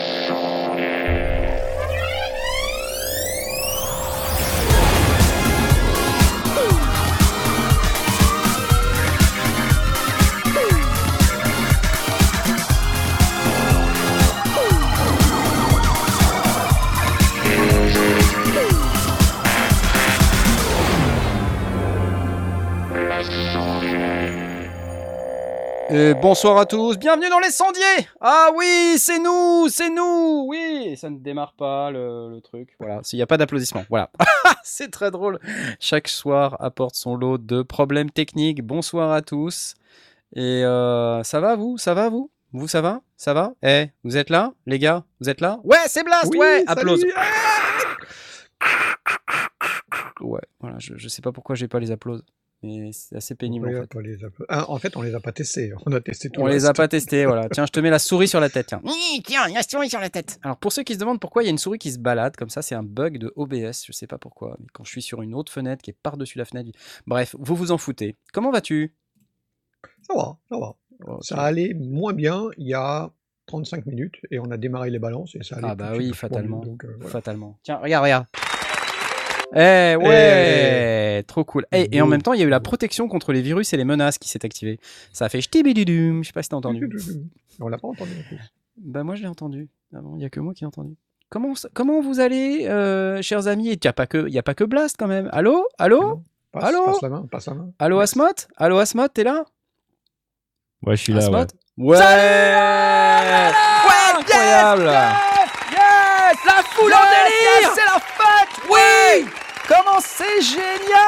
Bonsoir à tous, bienvenue dans les sondiers. Ah oui, c'est nous, oui. Ça ne démarre pas le truc, voilà, il n'y a pas d'applaudissements, voilà. C'est très drôle. Chaque soir apporte son lot de problèmes techniques. Bonsoir à tous. Et ça va vous ça va ça va vous êtes là, les gars? Vous êtes là? Ouais, c'est Blast, oui, ouais, applause. Ouais, voilà, je sais pas pourquoi j'ai pas les applauses. Mais c'est assez pénible en fait. En fait, on les a pas testés. On a testé tout. On les a pas testés, voilà. Tiens, je te mets la souris sur la tête. Tiens, il y a la souris sur la tête. Alors pour ceux qui se demandent pourquoi il y a une souris qui se balade comme ça, c'est un bug de OBS. Je sais pas pourquoi. Mais quand je suis sur une autre fenêtre qui est par-dessus la fenêtre, bref, vous vous en foutez. Comment vas-tu? Ça va. Okay. Ça allait moins bien il y a 35 minutes et on a démarré les balances et ça allait. Ah bah oui, fatalement. Mieux, donc, voilà. Fatalement. Tiens, regarde. Ouais, trop cool. Et en même temps, il y a eu la protection contre les virus et les menaces qui s'est activée. Ça a fait chtibididum, je sais pas si t'as entendu. On l'a pas entendu en plus. Bah moi je l'ai entendu. Ah bon, il y a que moi qui l'ai entendu. Comment vous allez, chers amis? Il y a pas que Blast quand même. Allô? Passe la main. Allô Asmod, t'es là? Ouais, je suis là. Asmod? Ouais. Ouais, incroyable. Yes, la foule en délire, c'est la fête. Oui. Comment c'est génial.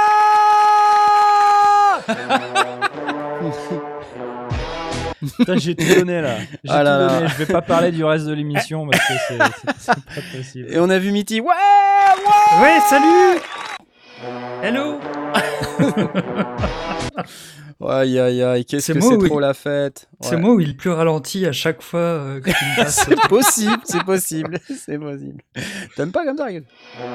Putain, j'ai tout donné là. Je vais pas parler du reste de l'émission parce que c'est pas possible. Et on a vu Mitty. Ouais. Ouais, salut. Hello. Aïe, qu'est-ce que c'est trop la fête. Ouais. C'est moi où il pleut ralenti à chaque fois que tu me passes. C'est possible. T'aimes pas comme ça, regarde.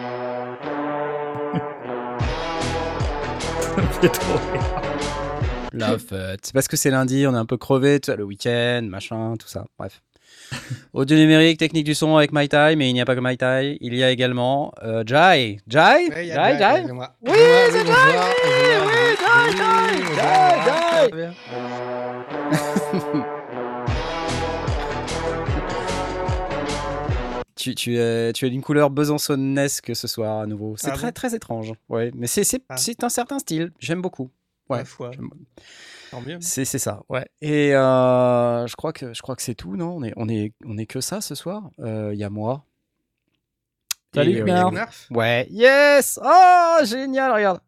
Ça fait trop rire. La fête. C'est parce que c'est lundi, on est un peu crevé, le week-end, machin, tout ça. Bref. Audio numérique, technique du son avec Mai Tai, mais il n'y a pas que Mai Tai. Il y a également Jai. Jai. Oui, c'est Jai. Jai. Tu es d'une couleur besançonnesque ce soir à nouveau. C'est très étrange. Ouais, mais c'est un certain style. J'aime beaucoup. Ouais. Tant mieux. C'est ça. Ouais. Et je crois que c'est tout, non? On est que ça ce soir. Il y a moi. Salut Knarf. Ouais. Yes. Oh génial. Regarde.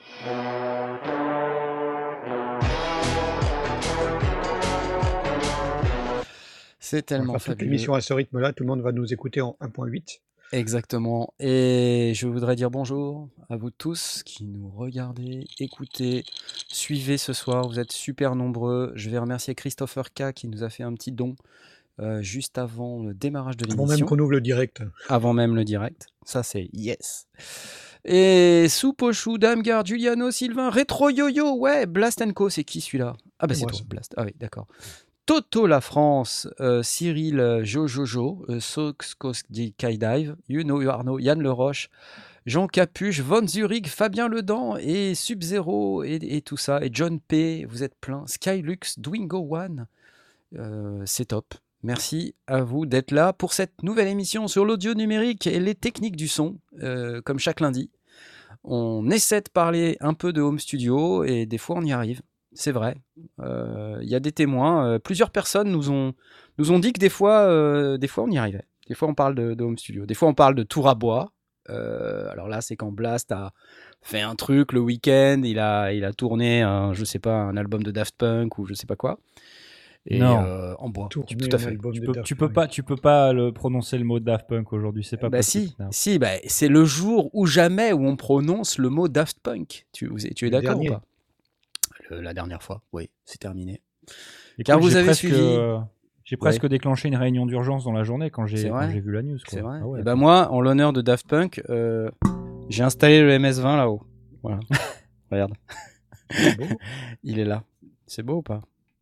C'est tellement fabuleux. L'émission à ce rythme-là, tout le monde va nous écouter en 1.8. Exactement. Et je voudrais dire bonjour à vous tous qui nous regardez, écoutez, suivez ce soir. Vous êtes super nombreux. Je vais remercier Christopher K qui nous a fait un petit don juste avant le démarrage de l'émission. Avant même qu'on ouvre le direct. Avant même le direct. Ça, c'est yes. Et Soupochou, Damgard, Giuliano, Sylvain, Retro Yo-Yo, ouais, Blast Co, c'est qui celui-là? Ah bah c'est toi, Blast. Ah oui, d'accord. Toto La France, Cyril Jojojo, Soxkoski Kaidive, Yuno Arnaud, Yann Leroche, Jean Capuche, Von Zurich, Fabien Ledan et Sub-Zero et tout ça. Et John P, vous êtes plein. Skylux, Dwingo One, c'est top. Merci à vous d'être là pour cette nouvelle émission sur l'audio numérique et les techniques du son, comme chaque lundi. On essaie de parler un peu de home studio et des fois on y arrive. C'est vrai. Y a des témoins. Plusieurs personnes nous ont dit que des fois on y arrivait. Des fois on parle de home studio. Des fois on parle de tour à bois. Alors là c'est quand Blast a fait un truc le week-end. Il a tourné un album de Daft Punk ou je sais pas quoi. Et non. en bois. Tout à fait. Tu peux pas le prononcer le mot Daft Punk aujourd'hui. C'est pas possible. Si, c'est le jour ou jamais où on prononce le mot Daft Punk. Tu es d'accord ou pas? La dernière fois, oui, c'est terminé. Et car vous avez suivi. J'ai presque déclenché une réunion d'urgence dans la journée quand j'ai vu la news. Quoi. C'est vrai. Ah ouais, et moi, en l'honneur de Daft Punk, j'ai installé le MS-20 là-haut. Voilà. Regarde. Beau. Il est là. C'est beau ou pas?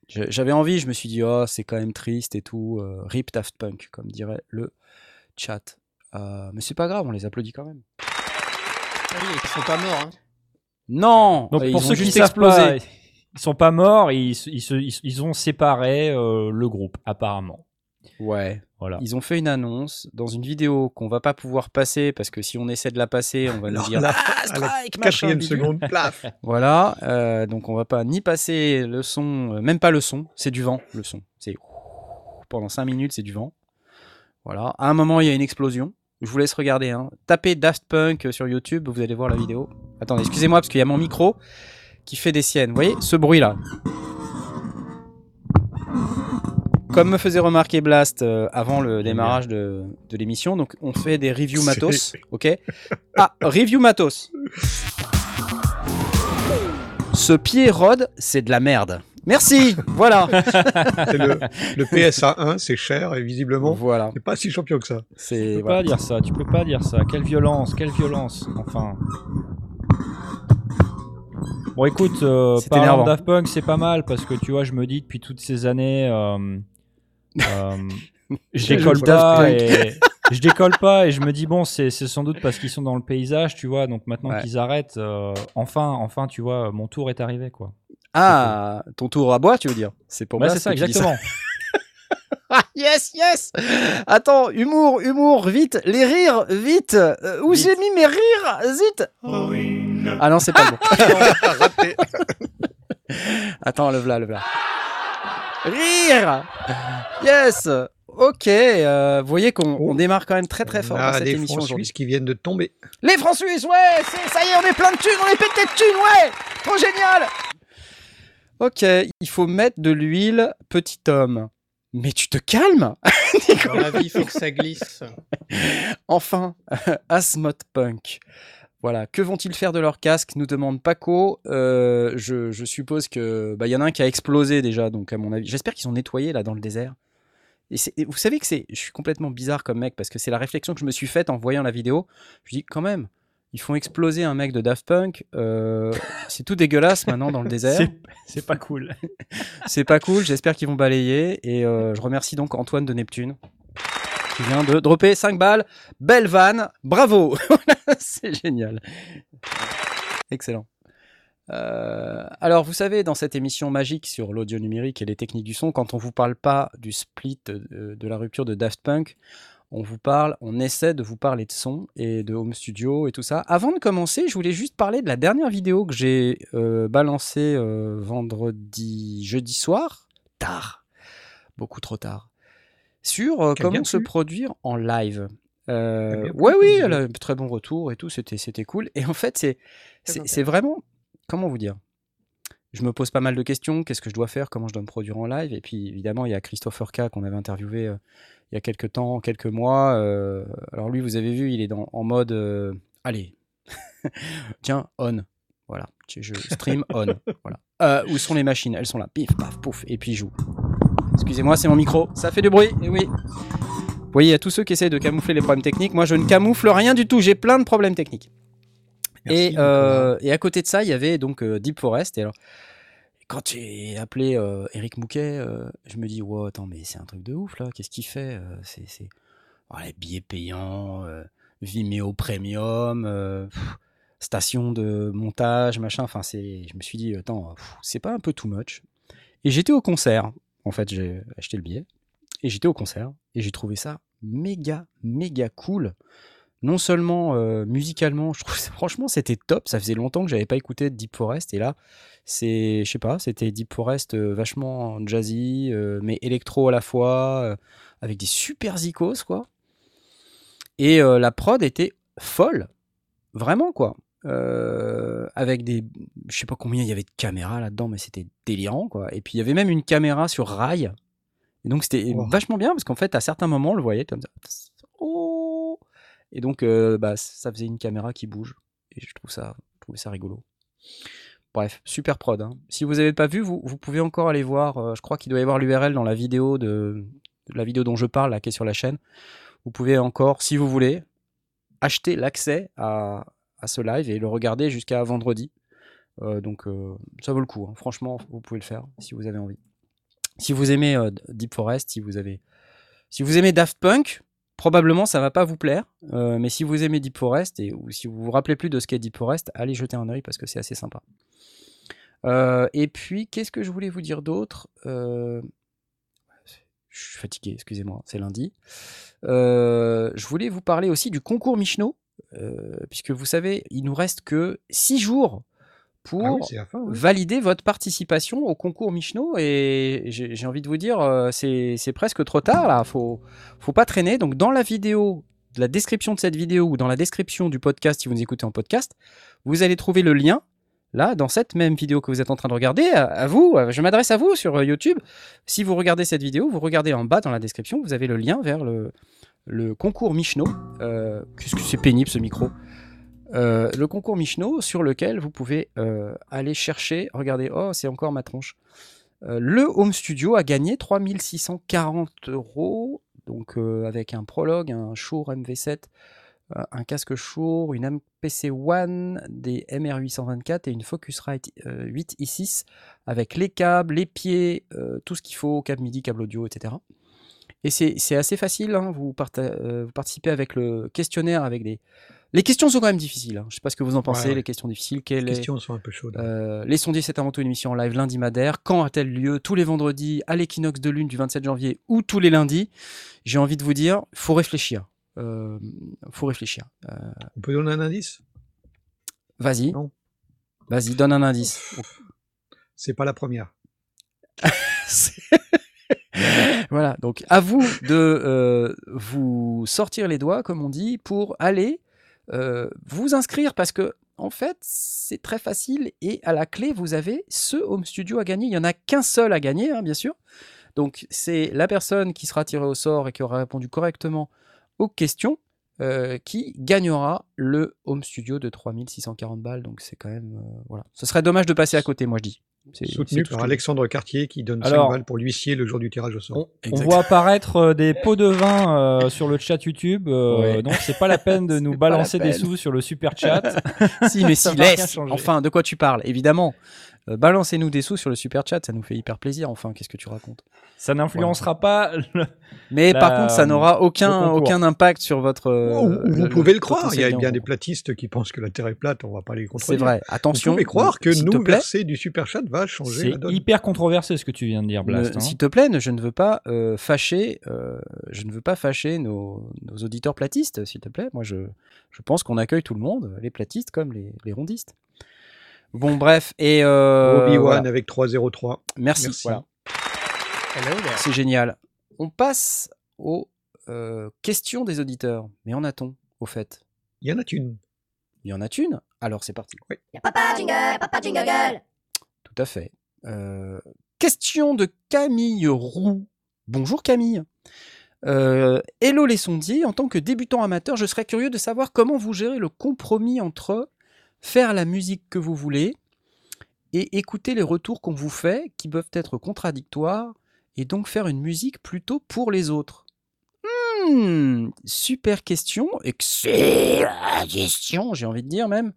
J'avais envie, je me suis dit, oh, c'est quand même triste et tout. Rip Daft Punk, comme dirait le chat. Mais c'est pas grave, on les applaudit quand même. Ah oui, ils sont pas morts. Hein. Non. Donc pour ont ceux qui juste savent explosé. pas, ils sont pas morts, ils ont séparé le groupe apparemment. Ouais. Voilà. Ils ont fait une annonce dans une vidéo qu'on va pas pouvoir passer parce que si on essaie de la passer, on va nous dire strike, machin, 4e bidule. seconde, plaf. Voilà, donc on va pas ni passer le son, même pas le son, c'est du vent, le son. C'est pendant 5 minutes, c'est du vent. Voilà, à un moment, il y a une explosion. Je vous laisse regarder. Hein. Tapez Daft Punk sur YouTube, vous allez voir la vidéo. Attendez, excusez-moi parce qu'il y a mon micro qui fait des siennes. Vous voyez ce bruit-là? Comme me faisait remarquer Blast avant le démarrage de l'émission, donc on fait des reviews matos, ok? Ah, review matos. Ce pied Rod, c'est de la merde. Merci, voilà. C'est le PSA 1, c'est cher et visiblement, Voilà. c'est pas si champion que ça. C'est Tu peux voilà. pas dire ça, tu peux pas dire ça. Quelle violence, enfin. Bon écoute, C'est parlant énervant. de Daft Punk, c'est pas mal parce que tu vois, je me dis depuis toutes ces années, je décolle pas et je décolle pas et je me dis bon, c'est sans doute parce qu'ils sont dans le paysage, tu vois. Donc maintenant qu'ils arrêtent, enfin, tu vois, mon tour est arrivé quoi. Ah, ton tour à boire, tu veux dire? C'est pour moi. C'est ça, exactement. Yes. Attends, humour, vite, les rires, vite. Où j'ai mis mes rires, zut. Ah non, c'est pas bon. Raté. Attends, le v'là. Rire. Yes. Ok, vous voyez qu'on démarre quand même très fort dans cette des émission Francs aujourd'hui. Suisses qui viennent de tomber. Les Francs Suisses, ouais, ça y est, on est plein de thunes, on est pété de thunes, ouais. Trop génial. Ok, il faut mettre de l'huile, petit homme. Mais tu te calmes. Dans la vie, il faut que ça glisse. Enfin, Asmod Punk. Voilà, que vont-ils faire de leur casque, nous demande Paco. Je suppose que y en a un qui a explosé déjà, donc à mon avis. J'espère qu'ils ont nettoyé là dans le désert. Et vous savez que je suis complètement bizarre comme mec parce que c'est la réflexion que je me suis faite en voyant la vidéo. Je dis quand même, ils font exploser un mec de Daft Punk. C'est tout dégueulasse maintenant dans le désert. C'est pas cool. C'est pas cool. J'espère qu'ils vont balayer. Et je remercie donc Antoine de Neptune qui vient de dropper 5 balles. Belle vanne. Bravo. C'est génial. Excellent. Alors, vous savez, dans cette émission magique sur l'audio numérique et les techniques du son, quand on vous parle pas du split de la rupture de Daft Punk, on essaie de vous parler de son et de home studio et tout ça. Avant de commencer, je voulais juste parler de la dernière vidéo que j'ai balancée jeudi soir, tard, beaucoup trop tard, sur comment se produire en live. Oui, elle a un très bon retour et tout, c'était cool. Et en fait, c'est vraiment, comment vous dire, je me pose pas mal de questions, qu'est-ce que je dois faire, comment je dois me produire en live. Et puis évidemment, il y a Christopher K qu'on avait interviewé il y a quelques mois. Alors lui, vous avez vu, il est en mode allez, tiens, on. Voilà, je stream on. Voilà. Où sont les machines? Elles sont là, pif, paf, pouf, et puis il joue. Excusez-moi, c'est mon micro, ça fait du bruit, et oui. Vous voyez, il y a tous ceux qui essayent de camoufler les problèmes techniques. Moi, je ne camoufle rien du tout, j'ai plein de problèmes techniques. Merci, et à côté de ça, il y avait donc Deep Forest. Et alors, quand j'ai appelé Eric Mouquet, je me dis, wow, attends, mais c'est un truc de ouf là, qu'est-ce qu'il fait? C'est les billets payants, Vimeo Premium, station de montage, machin. Enfin, je me suis dit, attends, c'est pas un peu too much? Et j'étais au concert. En fait, j'ai acheté le billet et j'étais au concert et j'ai trouvé ça méga cool. Non seulement musicalement, je trouve franchement c'était top. Ça faisait longtemps que j'avais pas écouté Deep Forest et là, je sais pas, c'était Deep Forest vachement jazzy, mais électro à la fois, avec des super zikos quoi. Et la prod était folle, vraiment quoi. Avec je sais pas combien il y avait de caméras là-dedans, mais c'était délirant quoi. Et puis il y avait même une caméra sur rail. Et donc c'était vachement bien parce qu'en fait à certains moments on le voyait comme ça. Oh. Et donc ça faisait une caméra qui bouge. Et je trouvais ça rigolo. Bref, super prod. Hein. Si vous n'avez pas vu, vous pouvez encore aller voir. Je crois qu'il doit y avoir l'URL dans la vidéo de la vidéo dont je parle, là, qui est sur la chaîne. Vous pouvez encore, si vous voulez, acheter l'accès à ce live et le regarder jusqu'à vendredi. Donc ça vaut le coup. Hein. Franchement, vous pouvez le faire si vous avez envie. Si vous aimez Deep Forest, si vous aimez Daft Punk, probablement ça va pas vous plaire. Mais si vous aimez Deep Forest ou si vous vous rappelez plus de ce qu'est Deep Forest, allez jeter un œil parce que c'est assez sympa. Et puis, qu'est-ce que je voulais vous dire d'autre ? Je suis fatigué, excusez-moi, c'est lundi. Je voulais vous parler aussi du concours Michno, puisque vous savez, il nous reste que 6 jours pour valider votre participation au concours Michno, et j'ai envie de vous dire, c'est presque trop tard là, faut pas traîner. Donc dans la vidéo, la description de cette vidéo ou dans la description du podcast, si vous nous écoutez en podcast, vous allez trouver le lien. Là, dans cette même vidéo que vous êtes en train de regarder, à vous, je m'adresse à vous sur YouTube. Si vous regardez cette vidéo, vous regardez en bas dans la description, vous avez le lien vers le concours Michno. Qu'est-ce que c'est pénible ce micro. Le concours Michno sur lequel vous pouvez aller chercher, regardez, c'est encore ma tronche. Le Home Studio a gagné 3640 €, donc avec un Prologue, un Shure MV7, un casque Shure, une MPC One, des MR824 et une Focusrite 8 i6 avec les câbles, les pieds, tout ce qu'il faut, câble MIDI, câble audio, etc. Et c'est assez facile, hein, vous participez avec le questionnaire, avec des... Les questions sont quand même difficiles, hein. Je ne sais pas ce que vous en pensez, les questions difficiles. Les questions sont un peu chaudes. Les sondiers, c'est avant tout une émission en live lundi madère. Quand a-t-elle lieu ? Tous les vendredis, à l'équinoxe de lune du 27 janvier ou tous les lundis. J'ai envie de vous dire, il faut réfléchir. On peut donner un indice ? Vas-y. Non. Vas-y, donne un indice. C'est pas la première. Voilà, donc à vous de vous sortir les doigts, comme on dit, pour aller vous inscrire, parce que en fait, c'est très facile, et à la clé, vous avez ce Home Studio à gagner. Il n'y en a qu'un seul à gagner, hein, bien sûr. Donc, c'est la personne qui sera tirée au sort et qui aura répondu correctement aux questions qui gagnera le Home Studio de 3640 balles. Donc, c'est quand même... voilà. Ce serait dommage de passer à côté, moi, je dis. Soutenu par Alexandre Cartier qui donne 5 balles pour l'huissier le jour du tirage au sort. On voit apparaître des pots de vin sur le chat YouTube. Donc c'est pas la peine de nous balancer des sous sur le super chat. Si, mais si, laisse. Enfin, de quoi tu parles ? Évidemment. Balancez-nous des sous sur le super chat, ça nous fait hyper plaisir. Enfin, qu'est-ce que tu racontes ? Ça n'influencera pas. Mais par contre, ça n'aura aucun impact sur votre. Vous pouvez le croire. Il y a bien des platistes qui pensent que la Terre est plate. On va pas les contredire. C'est vrai. Attention. Vous pouvez croire que nous verser du super chat va changer la donne. C'est hyper controversé ce que tu viens de dire, Blast. S'il te plaît, je ne veux pas fâcher. Je ne veux pas fâcher nos auditeurs platistes, s'il te plaît. Moi, je pense qu'on accueille tout le monde, les platistes comme les rondistes. Bon, bref, et Obi-Wan voilà. avec 303. Merci. Voilà. C'est génial. On passe aux questions des auditeurs. Mais en a-t-on, au fait ? Il y en a une. Il y en a une ? Alors, c'est parti. Oui. Papa jingle. Tout à fait. Question de Camille Roux. Bonjour Camille. Hello les sondiers. En tant que débutant amateur, je serais curieux de savoir comment vous gérez le compromis entre faire la musique que vous voulez et écouter les retours qu'on vous fait, qui peuvent être contradictoires, et donc faire une musique plutôt pour les autres. Super question, excellente question, j'ai envie de dire même.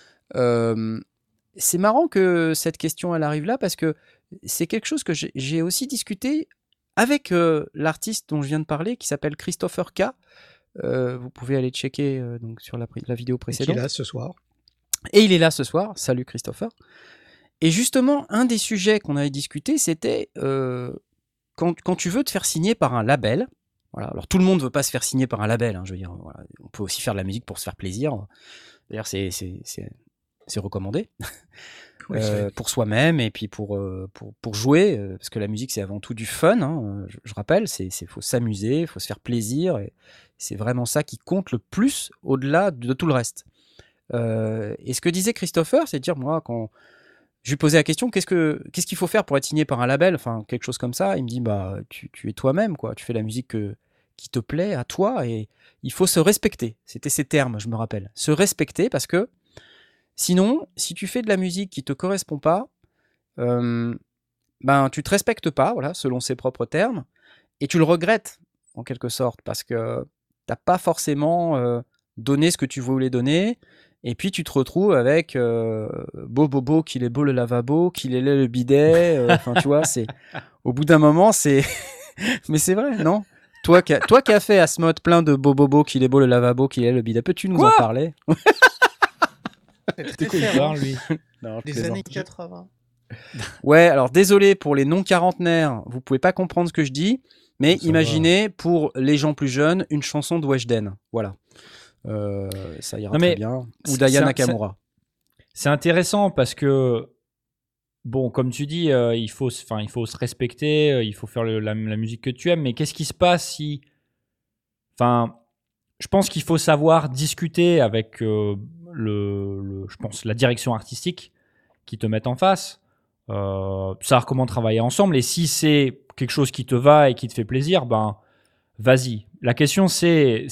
C'est marrant que cette question elle arrive là, parce que c'est quelque chose que j'ai aussi discuté avec l'artiste dont je viens de parler, qui s'appelle Christopher K. Vous pouvez aller checker donc sur la vidéo précédente. Il est là ce soir. Et il est là ce soir. Salut Christopher. Et justement, un des sujets qu'on avait discuté, c'était quand tu veux te faire signer par un label. Voilà. Alors tout le monde ne veut pas se faire signer par un label. Hein, je veux dire, voilà. On peut aussi faire de la musique pour se faire plaisir. D'ailleurs, c'est recommandé. Oui, pour soi-même et puis pour jouer, parce que la musique c'est avant tout du fun. Hein, je rappelle, faut s'amuser, il faut se faire plaisir. Et c'est vraiment ça qui compte le plus au-delà de tout le reste. Et ce que disait Christopher, c'est de dire, moi, quand je lui posais la question, qu'est-ce qu'il faut faire pour être signé par un label, enfin quelque chose comme ça, il me dit, bah tu es toi-même, quoi. Tu fais la musique qui te plaît à toi, et il faut se respecter. C'était ces termes, je me rappelle. Se respecter, parce que sinon, si tu fais de la musique qui te correspond pas, ben tu te respectes pas, voilà, selon ses propres termes, et tu le regrettes en quelque sorte, parce que t'as pas forcément donné ce que tu voulais donner. Et puis tu te retrouves avec Bobo, qu'il est beau le lavabo, qu'il est laid le bidet. Enfin, tu vois, c'est au bout d'un moment, c'est. Mais c'est vrai, non? Toi qui as fait Asmod plein de Bobo, qu'il est beau le lavabo, qu'il est laid le bidet. Peux-tu nous en parler? C'est quoi il très parle, lui? Non, je Des plaisante. années 80. Ouais, alors désolé pour les non-quarantenaires, vous pouvez pas comprendre ce que je dis, mais Ça imaginez pour les gens plus jeunes une chanson de Weshden. Voilà. Ça ira Non, très mais bien. Ou c'est- d'Aya c'est- Nakamura. C'est intéressant parce que, bon, comme tu dis, il faut se respecter, il faut faire la musique que tu aimes, mais qu'est-ce qui se passe si. Enfin, je pense qu'il faut savoir discuter avec je pense, la direction artistique qui te met en face, savoir comment travailler ensemble, et si c'est quelque chose qui te va et qui te fait plaisir, ben, vas-y. La question c'est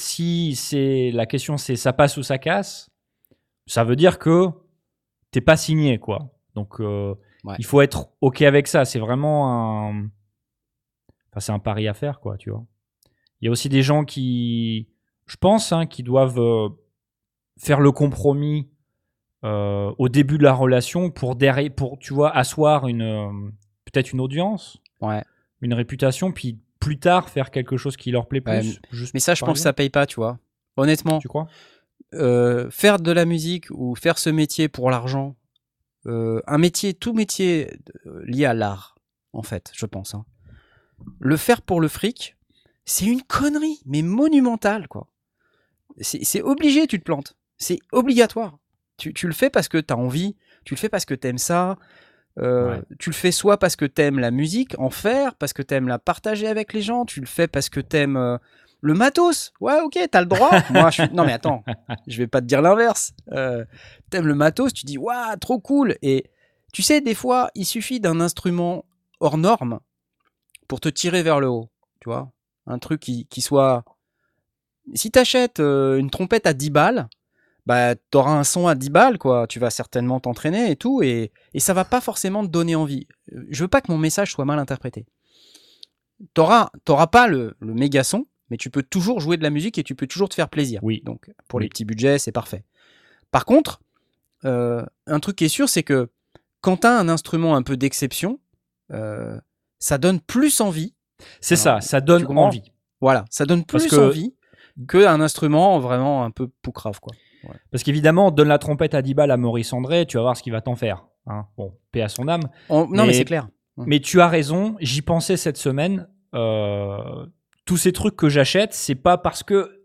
ça passe ou ça casse, ça veut dire que t'es pas signé, quoi. Donc Ouais. il faut être ok avec ça. C'est vraiment c'est un pari à faire, quoi, tu vois. Il y a aussi des gens qui, je pense, qui doivent faire le compromis au début de la relation pour tu vois, asseoir peut-être une audience, Ouais. une réputation, puis plus tard faire quelque chose qui leur plaît Ouais, plus. Juste Mais ça, je par pense que ça exemple. paye pas, tu vois. Honnêtement, Tu crois? faire de la musique ou faire ce métier pour l'argent, tout métier lié à l'art, en fait, je pense. Le faire pour le fric, c'est une connerie, mais monumentale, quoi. C'est obligé, tu te plantes. C'est obligatoire. Tu le fais parce que tu as envie, tu le fais parce que tu aimes ça, tu le fais soit parce que tu aimes la musique, en faire, parce que tu aimes la partager avec les gens, tu le fais parce que tu aimes le matos. Ouais, ok, t'as le droit. Moi, non, mais attends, je vais pas te dire l'inverse. T'aimes le matos, tu dis, waouh, trop cool. Et tu sais, des fois, il suffit d'un instrument hors norme pour te tirer vers le haut. Tu vois, un truc qui soit. Si t'achètes une trompette à 10 balles, bah, t'auras un son à 10 balles, quoi. Tu vas certainement t'entraîner et tout, et ça va pas forcément te donner envie. Je veux pas que mon message soit mal interprété. T'auras pas le méga son, mais tu peux toujours jouer de la musique et tu peux toujours te faire plaisir. Oui. Donc, pour Oui. les petits budgets, c'est parfait. Par contre, un truc qui est sûr, c'est que quand t'as un instrument un peu d'exception, ça donne plus envie. C'est Alors, ça donne tu comprends? envie. Voilà, ça donne Parce plus que- envie qu'un instrument vraiment un peu poucrave, quoi. Parce qu'évidemment, donne la trompette à 10 balles à Maurice André, tu vas voir ce qu'il va t'en faire. Hein. Bon, paix à son âme. Non, mais c'est clair. Mais tu as raison, j'y pensais cette semaine. Tous ces trucs que j'achète, c'est pas parce que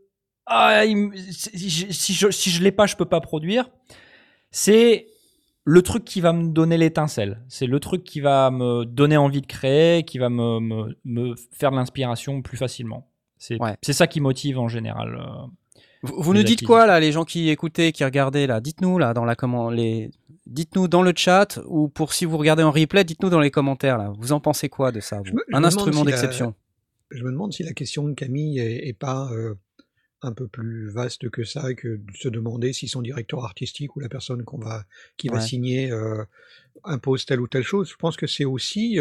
si je l'ai pas, je peux pas produire. C'est le truc qui va me donner l'étincelle. C'est le truc qui va me donner envie de créer, qui va me faire de l'inspiration plus facilement. C'est ça qui motive en général. Vous nous dites quoi là, les gens qui écoutaient, qui regardaient là? Dites-nous là dites-nous dans le chat, ou pour si vous regardez en replay, dites-nous dans les commentaires là. Vous en pensez quoi de ça, vous? Un instrument d'exception. Je me demande si la question de Camille est pas un peu plus vaste que ça, et que de se demander si son directeur artistique ou la personne qui va signer impose telle ou telle chose. Je pense que c'est aussi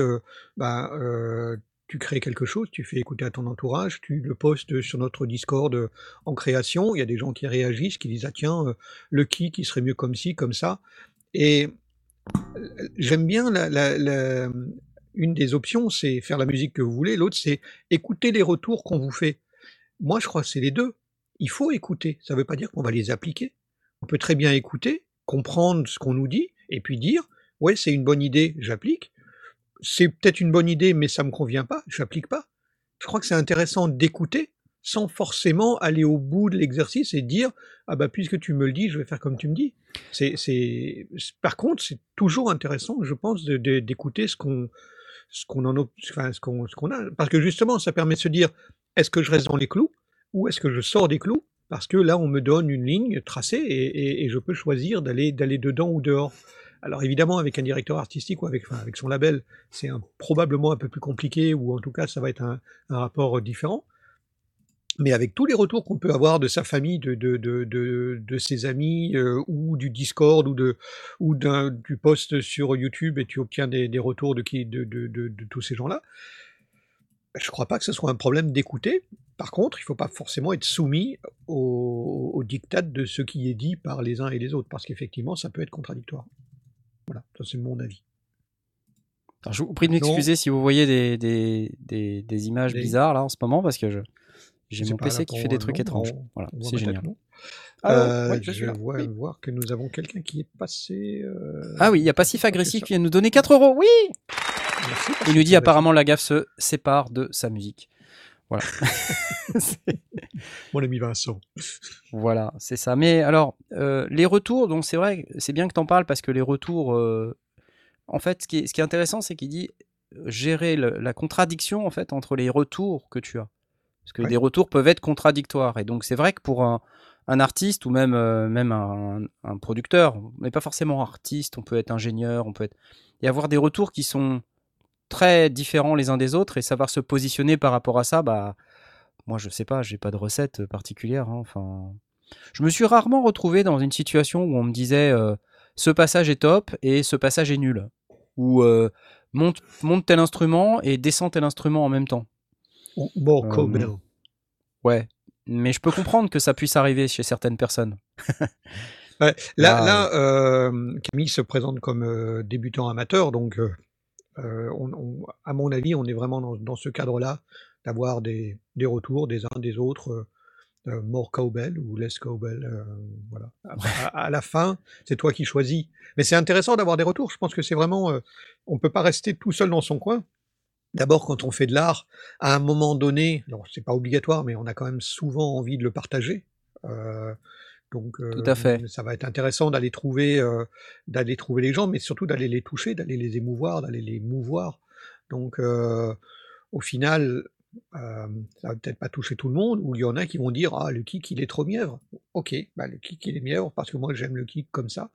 tu crées quelque chose, tu fais écouter à ton entourage, tu le postes sur notre Discord en création, il y a des gens qui réagissent, qui disent « Ah tiens, le qui serait mieux comme ci, comme ça ». Et j'aime bien une des options, c'est faire la musique que vous voulez, l'autre c'est écouter les retours qu'on vous fait. Moi je crois que c'est les deux. Il faut écouter, ça ne veut pas dire qu'on va les appliquer. On peut très bien écouter, comprendre ce qu'on nous dit, et puis dire « Ouais, c'est une bonne idée, j'applique ». C'est peut-être une bonne idée, mais ça me convient pas, je n'applique pas. Je crois que c'est intéressant d'écouter sans forcément aller au bout de l'exercice et dire « Ah bah puisque tu me le dis, je vais faire comme tu me dis ». Par contre, c'est toujours intéressant, je pense, d'écouter ce qu'on a. Parce que justement, ça permet de se dire « Est-ce que je reste dans les clous ou est-ce que je sors des clous ?» Parce que là, on me donne une ligne tracée et je peux choisir d'aller dedans ou dehors. Alors évidemment, avec un directeur artistique ou avec son label, c'est probablement un peu plus compliqué, ou en tout cas, ça va être un rapport différent. Mais avec tous les retours qu'on peut avoir de sa famille, de ses amis, ou du Discord, ou du post sur YouTube, et tu obtiens des retours de tous ces gens-là, Je crois pas que ce soit un problème d'écouter. Par contre, il faut pas forcément être soumis au diktat de ce qui est dit par les uns et les autres, parce qu'effectivement, ça peut être contradictoire. Voilà, ça c'est mon avis. Alors, je vous prie de m'excuser si vous voyez des images bizarres là en ce moment, parce que j'ai mon PC qui fait des trucs étranges. Voilà, c'est génial. Je voir que nous avons quelqu'un qui est passé. Ah oui, il y a Passif Agressif qui vient nous donner 4 €. Oui. Merci, il nous dit apparemment la gaffe se sépare de sa musique. Voilà. Mon ami Vincent. Voilà, c'est ça. Mais alors, les retours, donc c'est vrai, c'est bien que tu en parles parce que les retours, en fait, ce qui est intéressant, c'est qu'il dit gérer la contradiction en fait entre les retours que tu as. Parce que des retours peuvent être contradictoires. Et donc, c'est vrai que pour un artiste ou même un producteur, on n'est pas forcément artiste, on peut être ingénieur, y avoir des retours qui sont très différents les uns des autres et savoir se positionner par rapport à ça, moi je sais pas, j'ai pas de recette particulière. Enfin, je me suis rarement retrouvé dans une situation où on me disait ce passage est top et ce passage est nul, ou monte tel instrument et descend tel instrument en même temps. Ouais, mais je peux comprendre que ça puisse arriver chez certaines personnes. Là, Camille se présente comme débutant amateur, donc à mon avis, on est vraiment dans ce cadre-là, d'avoir des retours des uns des autres, more cowbell ou less cowbell, voilà. À la fin, c'est toi qui choisis. Mais c'est intéressant d'avoir des retours. Je pense que c'est vraiment, on peut pas rester tout seul dans son coin. D'abord, quand on fait de l'art, à un moment donné, alors c'est pas obligatoire, mais on a quand même souvent envie de le partager. Donc, tout à fait. Ça va être intéressant d'aller trouver les gens, mais surtout d'aller les toucher, d'aller les émouvoir, d'aller les mouvoir. Donc, au final, ça va peut-être pas toucher tout le monde, ou il y en a qui vont dire le kick il est trop mièvre. Ok, le kick il est mièvre parce que moi j'aime le kick comme ça.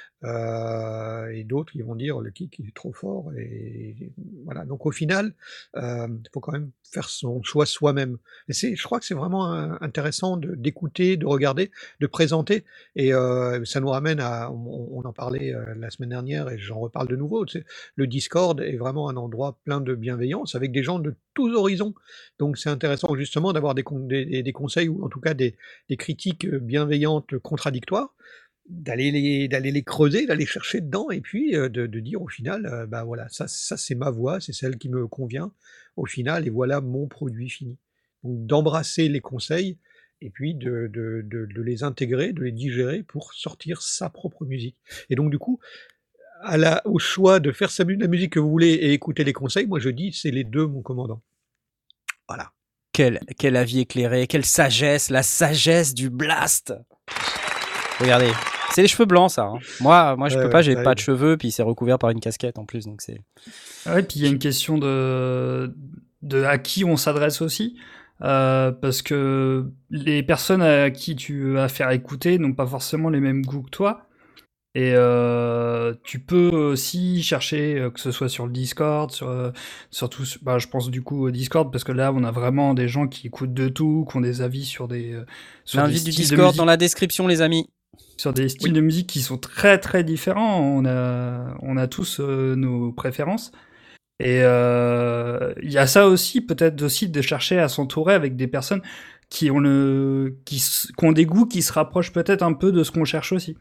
Et d'autres ils vont dire le kick il est trop fort, et voilà. Donc au final, faut quand même faire son choix soi-même. Et je crois que c'est vraiment intéressant d'écouter, de regarder, de présenter. Et ça nous ramène on en parlait la semaine dernière et j'en reparle de nouveau. Le Discord est vraiment un endroit plein de bienveillance avec des gens de tous horizons. Donc c'est intéressant justement d'avoir des conseils, ou en tout cas des critiques bienveillantes, contradictoires, d'aller les creuser, d'aller chercher dedans, et puis de dire au final, voilà, ça c'est ma voix, c'est celle qui me convient au final, et voilà mon produit fini. Donc d'embrasser les conseils, et puis de les intégrer, de les digérer pour sortir sa propre musique. Et donc du coup, au choix de faire la musique que vous voulez et écouter les conseils, moi je dis c'est les deux, mon commandant. Voilà. Quel avis éclairé, quelle sagesse, la sagesse du blast. Regardez, c'est les cheveux blancs ça. Moi je peux pas, j'ai pas de cheveux, puis c'est recouvert par une casquette en plus, donc c'est. Ouais, puis il y a une question de à qui on s'adresse aussi, parce que les personnes à qui tu vas faire écouter n'ont pas forcément les mêmes goûts que toi. Et tu peux aussi chercher, que ce soit sur le Discord, surtout, je pense du coup au Discord, parce que là on a vraiment des gens qui écoutent de tout, qui ont des avis sur des l'invite du Discord dans la description, les amis. Sur des styles de musique qui sont très très différents. On a tous nos préférences. Et il y a ça aussi, peut-être aussi de chercher à s'entourer avec des personnes qui ont des goûts qui se rapprochent peut-être un peu de ce qu'on cherche aussi.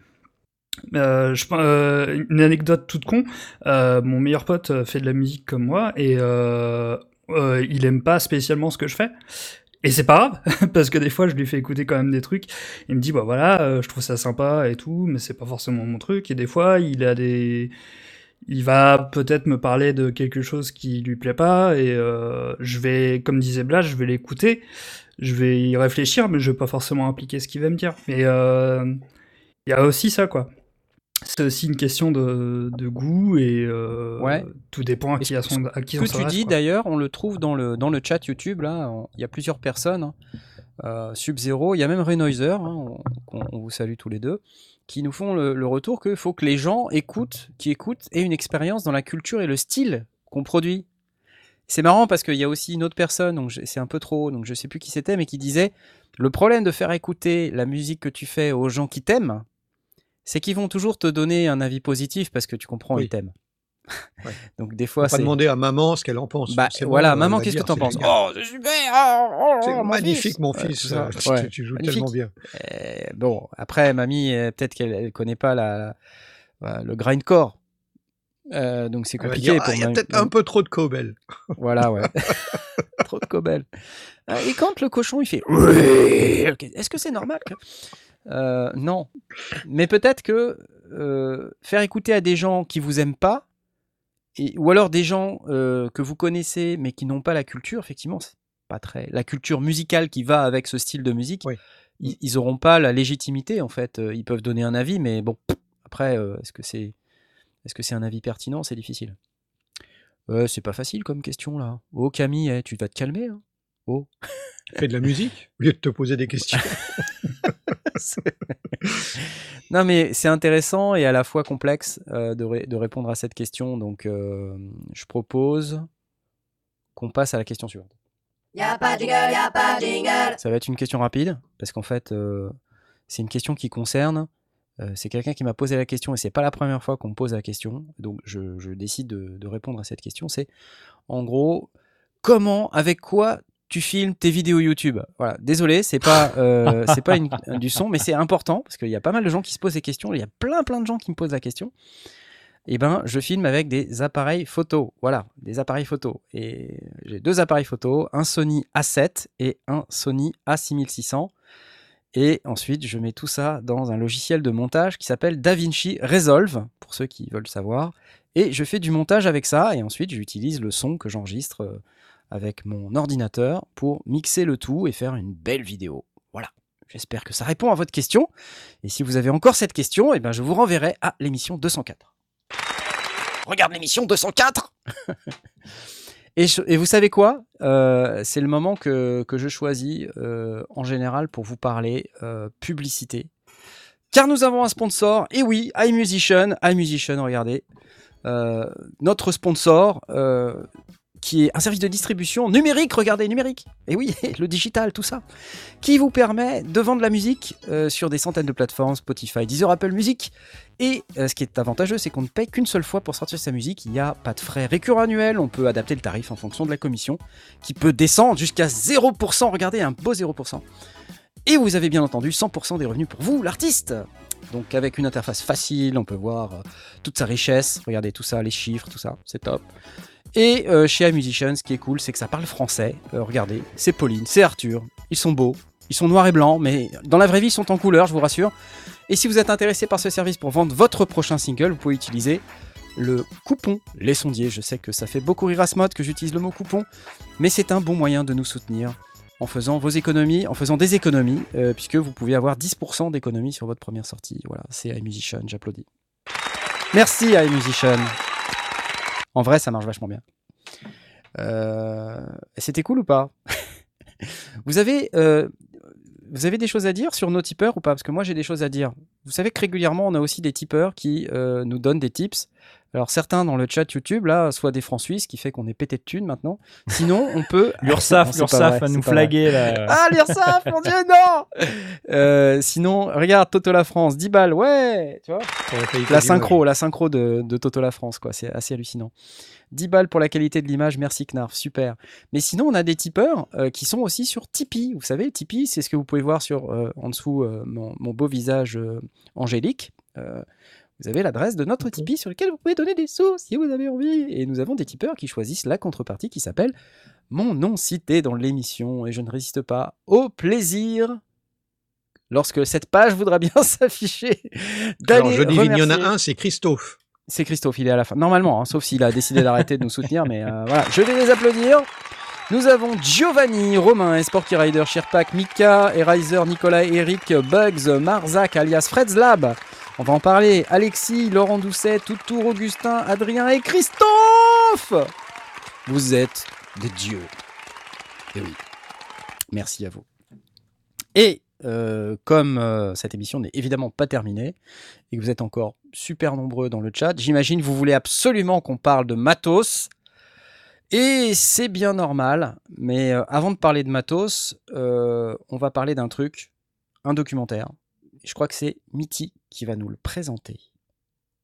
Une anecdote toute con, mon meilleur pote fait de la musique comme moi, et il aime pas spécialement ce que je fais, et c'est pas grave parce que des fois je lui fais écouter quand même des trucs, il me dit je trouve ça sympa et tout, mais c'est pas forcément mon truc. Et des fois il va peut-être me parler de quelque chose qui lui plaît pas, et je vais, comme disait Blas, je vais l'écouter, je vais y réfléchir, mais je vais pas forcément appliquer ce qu'il va me dire. Mais il y a aussi ça, quoi. C'est aussi une question de goût, et tout dépend à qui on s'adresse. Ce que tu dis d'ailleurs, on le trouve dans le chat YouTube, là, il y a plusieurs personnes, Sub-Zero, il y a même Renoiser, on vous salue tous les deux, qui nous font le retour qu'il faut que les gens qui écoutent aient une expérience dans la culture et le style qu'on produit. C'est marrant parce qu'il y a aussi une autre personne, donc c'est un peu trop, donc je sais plus qui c'était, mais qui disait le problème de faire écouter la musique que tu fais aux gens qui t'aiment, c'est qu'ils vont toujours te donner un avis positif parce que tu comprends, ils t'aiment. Ouais. Donc des Faut fois, pas c'est... demander à maman ce qu'elle en pense. Bah Forcément, voilà, elle maman, va qu'est-ce que dire, t'en c'est penses? génial. Oh, c'est super! Oh, C'est mon magnifique, fils! mon Ouais, fils. tout ça. Tu, Ouais, tu joues magnifique. tellement bien. Bon, après, mamie, peut-être qu'elle elle connaît pas le grindcore. Donc c'est Elle va dire, compliqué pour il y a mamie. peut-être un peu trop de Cobel. Voilà, ouais. Trop de cobel. Et quand le cochon, il fait... Oui, est-ce que c'est normal non. Mais peut-être que faire écouter à des gens qui vous aiment pas, ou alors des gens que vous connaissez mais qui n'ont pas la culture, effectivement, c'est pas très... La culture musicale qui va avec ce style de musique, Oui. ils auront pas la légitimité, en fait. Ils peuvent donner un avis, mais bon, après, est-ce que c'est un avis pertinent? C'est difficile. C'est pas facile comme question, là. Oh, Camille, tu vas te calmer, hein. Oh. Fais de la musique au lieu de te poser des questions. Non, mais c'est intéressant et à la fois complexe de répondre à cette question. Donc, je propose qu'on passe à la question suivante. Y'a pas de jingle, y'a pas de jingle. Ça va être une question rapide parce qu'en fait, c'est une question qui concerne. C'est quelqu'un qui m'a posé la question et c'est pas la première fois qu'on me pose la question. Donc, je décide de répondre à cette question. C'est en gros, avec quoi tu filmes tes vidéos YouTube? Voilà. Désolé, c'est pas du son, mais c'est important parce qu'il y a pas mal de gens qui se posent des questions. Il y a plein de gens qui me posent la question. Et ben, je filme avec des appareils photo. Voilà, des appareils photo. Et j'ai 2 appareils photo, un Sony A7 et un Sony A6600. Et ensuite, je mets tout ça dans un logiciel de montage qui s'appelle DaVinci Resolve, pour ceux qui veulent savoir. Et je fais du montage avec ça. Et ensuite, j'utilise le son que j'enregistre avec mon ordinateur pour mixer le tout et faire une belle vidéo. Voilà. J'espère que ça répond à votre question. Et si vous avez encore cette question, eh ben, je vous renverrai à l'émission 204. Regarde l'émission 204. Et vous savez quoi? C'est le moment que je choisis en général pour vous parler publicité. Car nous avons un sponsor, et oui, iMusician, regardez. Notre sponsor, qui est un service de distribution numérique, regardez, numérique. Et oui, le digital, tout ça. Qui vous permet de vendre la musique sur des centaines de plateformes, Spotify, Deezer, Apple Music. Et ce qui est avantageux, c'est qu'on ne paye qu'une seule fois pour sortir sa musique. Il n'y a pas de frais récurrents annuels. On peut adapter le tarif en fonction de la commission, qui peut descendre jusqu'à 0%. Regardez, un beau 0%. Et vous avez bien entendu 100% des revenus pour vous, l'artiste. Donc avec une interface facile, on peut voir toute sa richesse. Regardez tout ça, les chiffres, tout ça, c'est top. Et chez iMusician, ce qui est cool, c'est que ça parle français. Regardez, c'est Pauline, c'est Arthur. Ils sont beaux, ils sont noirs et blancs, mais dans la vraie vie, ils sont en couleur, je vous rassure. Et si vous êtes intéressé par ce service pour vendre votre prochain single, vous pouvez utiliser le coupon Les Sondiers. Je sais que ça fait beaucoup rire Asmod que j'utilise le mot coupon, mais c'est un bon moyen de nous soutenir en faisant des économies, puisque vous pouvez avoir 10% d'économies sur votre première sortie. Voilà, c'est iMusician, j'applaudis. Merci iMusician. En vrai, ça marche vachement bien. C'était cool ou pas? Vous avez des choses à dire sur nos tipeurs ou pas? Parce que moi, j'ai des choses à dire. Vous savez que régulièrement, on a aussi des tipeurs qui nous donnent des tips. Alors, certains dans le chat YouTube, là, soit des francs suisses, qui fait qu'on est pété de thunes maintenant. Sinon, on peut... L'URSSAF va nous flaguer, là. Ah, l'URSSAF, mon Dieu, non. Sinon, regarde, Toto La France, 10 balles, ouais, tu vois. La synchro de Toto La France, quoi. C'est assez hallucinant. 10 balles pour la qualité de l'image, merci Knarf, super. Mais sinon, on a des tipeurs qui sont aussi sur Tipeee. Vous savez, Tipeee, c'est ce que vous pouvez voir sur en dessous mon beau visage angélique. Vous avez l'adresse de notre Tipeee sur lequel vous pouvez donner des sous si vous avez envie. Et nous avons des tipeurs qui choisissent la contrepartie qui s'appelle mon nom cité dans l'émission. Et je ne résiste pas au plaisir, lorsque cette page voudra bien s'afficher, d'aller Alors, je devine, il y en a remercier... un, c'est Christophe. C'est Christophe, il est à la fin. Normalement, hein, sauf s'il a décidé d'arrêter de nous soutenir. Mais voilà, je vais les applaudir. Nous avons Giovanni, Romain, Sporky Rider, Shirpak, Mika, Erizer, Nicolas, Eric, Bugs, Marzac, alias Fredslab. On va en parler. Alexis, Laurent Doucet, Toutour, Augustin, Adrien et Christophe. Vous êtes des dieux. Et oui. Merci à vous. Et comme cette émission n'est évidemment pas terminée et que vous êtes encore super nombreux dans le chat, j'imagine que vous voulez absolument qu'on parle de matos. Et c'est bien normal, mais avant de parler de matos, on va parler d'un truc, un documentaire. Je crois que c'est Mitty qui va nous le présenter.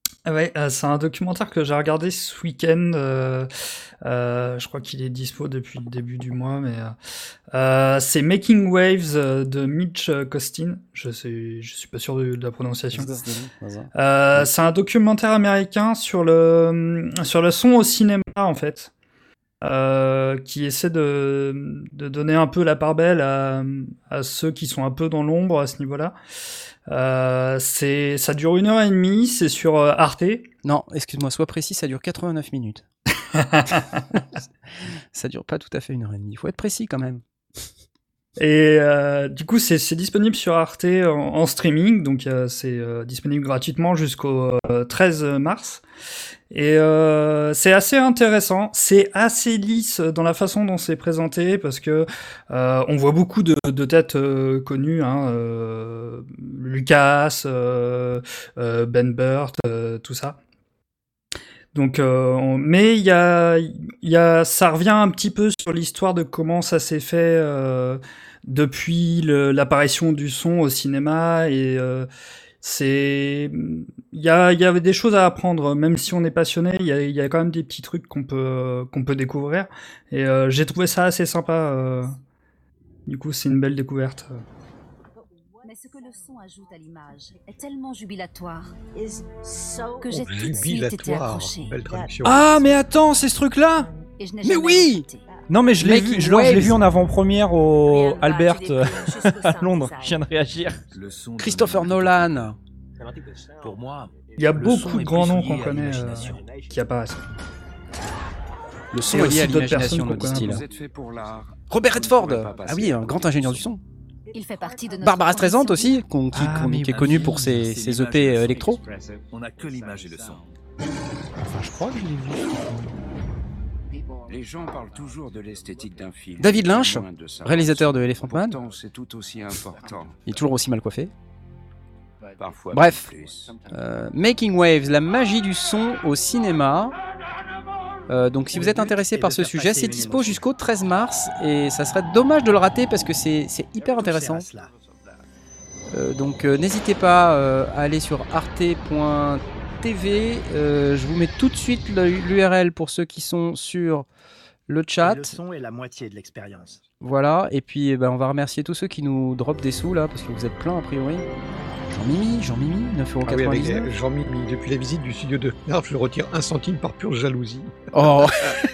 Ouais, c'est un documentaire que j'ai regardé ce week-end. Je crois qu'il est dispo depuis le début du mois, mais c'est Making Waves de Mitch Costin. Je suis pas sûr de la prononciation. C'est un documentaire américain sur le son au cinéma en fait, qui essaie de donner un peu la part belle à ceux qui sont un peu dans l'ombre à ce niveau-là. Ça dure 1h30, c'est sur Arte. Non, excuse-moi, sois précis, ça dure 89 minutes. Ça dure pas tout à fait 1h30. Il faut être précis quand même. Et du coup, c'est disponible sur Arte en streaming, donc c'est disponible gratuitement jusqu'au 13 mars. Et c'est assez intéressant, c'est assez lisse dans la façon dont c'est présenté parce que on voit beaucoup de têtes connues, hein, Lucas, Ben Burt, tout ça. Donc, mais ça revient un petit peu sur l'histoire de comment ça s'est fait depuis l'apparition du son au cinéma et il y avait des choses à apprendre, même si on est passionné, il y a quand même des petits trucs qu'on peut découvrir. Et j'ai trouvé ça assez sympa. Du coup, c'est une belle découverte. Mais ce que le son ajoute à l'image est tellement jubilatoire que j'ai tout de suite été Jubilatoire, accroché. belle traduction. Ah, mais attends, c'est ce truc-là? Et je n'ai Mais jamais oui regretté. Non, mais je l'ai Making vu, je l'ai vu Waves. en avant-première au Rien ne va, Albert tu déprimes jusqu'au à sein Londres. des Je viens de réagir. Christopher Nolan. Pour moi, Il y a le beaucoup son de est grands plus noms lié qu'on à connaît l'imagination. qui apparaissent. Le son Et est lié aussi à d'autres l'imagination, personnes nous qu'on dit-il. connaît. Vous êtes fait pour l'art. Robert Vous ne Redford. pourrez pas passer Ah oui, un par grand le ingénieur du son. Il fait partie de notre Barbara Streisand condition. aussi, qui est bah connue oui, pour ses C'est l'image EP et le son électro. express. On n'a que l'image et le son. Enfin, je crois que je l'ai vu. Les gens parlent toujours de l'esthétique d'un film. David Lynch, moins de sa réalisateur de bande-son. Elephant Man. Pourtant, c'est tout aussi important. Il est toujours aussi mal coiffé. Parfois Bref. plus. Making Waves, la magie du son au cinéma. Donc si vous êtes intéressé par ce sujet, c'est dispo jusqu'au 13 mars et ça serait dommage de le rater parce que c'est hyper intéressant. Donc n'hésitez pas à aller sur arte.tv. Je vous mets tout de suite l'URL pour ceux qui sont sur le chat. Le son est la moitié de l'expérience. Voilà, et puis on va remercier tous ceux qui nous dropent des sous là, parce que vous êtes plein a priori. Jean-Mimi, 9,99€. Ah oui, avec Jean-Mimi, depuis la visite du studio de Nerf, je retire 1 centime par pure jalousie. Oh.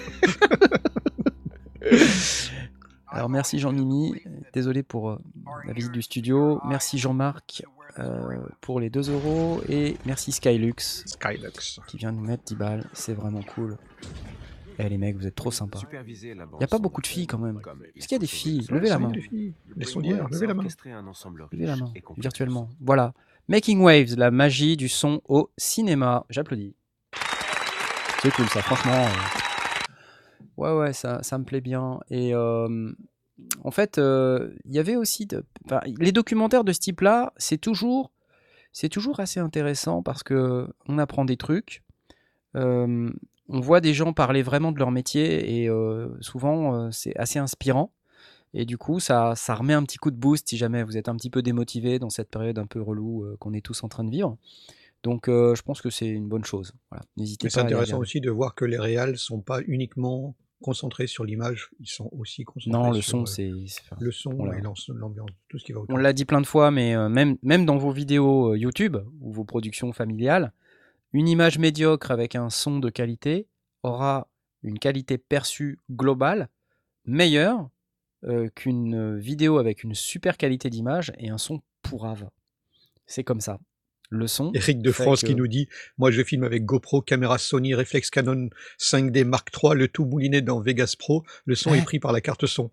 Alors merci Jean-Mimi, désolé pour la visite du studio. Merci Jean-Marc pour les 2€. Et merci Skylux qui vient nous mettre 10 balles, c'est vraiment cool. Eh les mecs, vous êtes trop sympas. Il n'y a pas beaucoup de filles quand même. Est-ce qu'il y a des filles? Levez la main. Les sondières, levez la main. Levez la main, virtuellement. Voilà. Making Waves, la magie du son au cinéma. J'applaudis. C'est cool ça, franchement. Ouais, ça me plaît bien. Et en fait, il y avait aussi... les documentaires de ce type-là, c'est toujours assez intéressant parce qu'on apprend des trucs. On voit des gens parler vraiment de leur métier et souvent c'est assez inspirant et du coup ça remet un petit coup de boost si jamais vous êtes un petit peu démotivé dans cette période un peu relou qu'on est tous en train de vivre. Donc je pense que c'est une bonne chose. Voilà. N'hésitez pas à aller C'est intéressant regarder. aussi de voir que les réals sont pas uniquement concentrés sur l'image, ils sont aussi concentrés Non, le sur son c'est le son on l'a- et l'ambiance, tout ce qui va autour. on l'a dit plein de fois, mais même dans vos vidéos YouTube ou vos productions familiales, une image médiocre avec un son de qualité aura une qualité perçue globale meilleure qu'une vidéo avec une super qualité d'image et un son pourrave. C'est comme ça. Le son. Eric de fait France que- qui nous dit « Moi je filme avec GoPro, caméra Sony, réflexe Canon 5D Mark III, le tout mouliné dans Vegas Pro, le son est pris par la carte son. »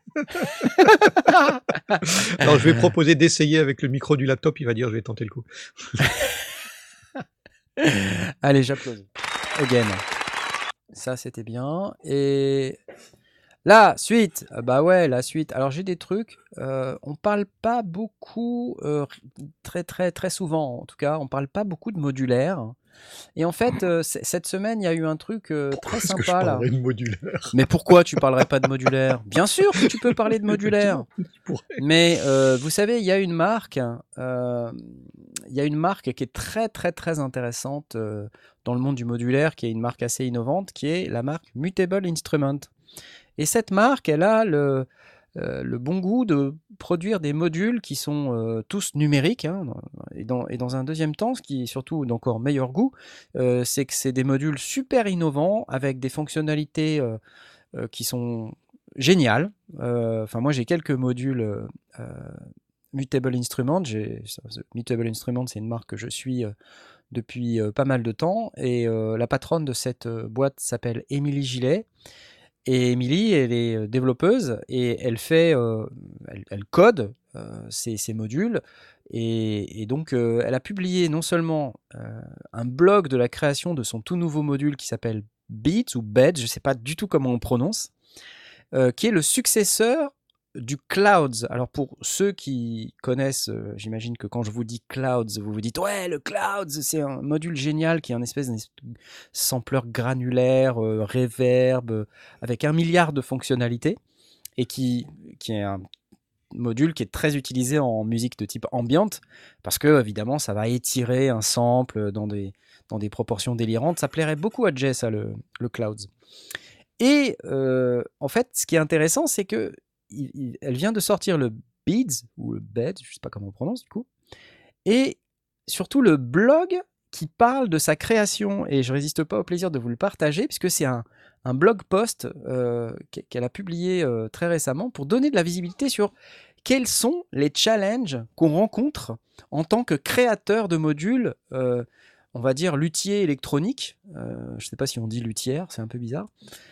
Alors je vais proposer d'essayer avec le micro du laptop, il va dire « Je vais tenter le coup. » Allez, j'applaudis. Again. Ça, c'était bien. Et la suite. Bah ouais, la suite. Alors, j'ai des trucs. On parle pas beaucoup, très souvent en tout cas, on parle pas beaucoup de modulaire. Et en fait, cette semaine, il y a eu un truc très Est-ce que je sympa là. parlerai de modulaire? Mais pourquoi tu parlerais pas de modulaire? Bien sûr que tu peux parler de modulaire. Effectivement, tu pourrais. Mais vous savez, il y a une marque y a une marque qui est très très très intéressante dans le monde du modulaire, qui est une marque assez innovante, qui est la marque Mutable Instrument. Et cette marque, elle a le bon goût de produire des modules qui sont tous numériques, hein, et dans un deuxième temps, ce qui est surtout d'encore meilleur goût, c'est que c'est des modules super innovants avec des fonctionnalités qui sont géniales. Enfin, moi, j'ai quelques modules Mutable Instrument. Mutable Instrument, c'est une marque que je suis depuis pas mal de temps, et la patronne de cette boîte s'appelle Émilie Gillet. Et Émilie, elle est développeuse et elle fait, elle code ces modules. Et donc, elle a publié non seulement un blog de la création de son tout nouveau module qui s'appelle Beats ou Beds, je ne sais pas du tout comment on prononce, qui est le successeur du Clouds. Alors pour ceux qui connaissent, j'imagine que quand je vous dis Clouds, vous vous dites ouais, le Clouds, c'est un module génial qui est un espèce de sampler granulaire, reverb, avec 1 milliard de fonctionnalités, et qui est un module qui est très utilisé en musique de type ambient, parce que évidemment ça va étirer un sample dans des proportions délirantes. Ça plairait beaucoup à Jay, ça, le Clouds. Et en fait, ce qui est intéressant, c'est que elle vient de sortir le Beads, ou le Bed, je ne sais pas comment on prononce du coup, et surtout le blog qui parle de sa création, et je ne résiste pas au plaisir de vous le partager, puisque c'est un blog post qu'elle a publié très récemment pour donner de la visibilité sur quels sont les challenges qu'on rencontre en tant que créateur de modules, on va dire luthier électronique, je ne sais pas si on dit luthière, c'est un peu bizarre.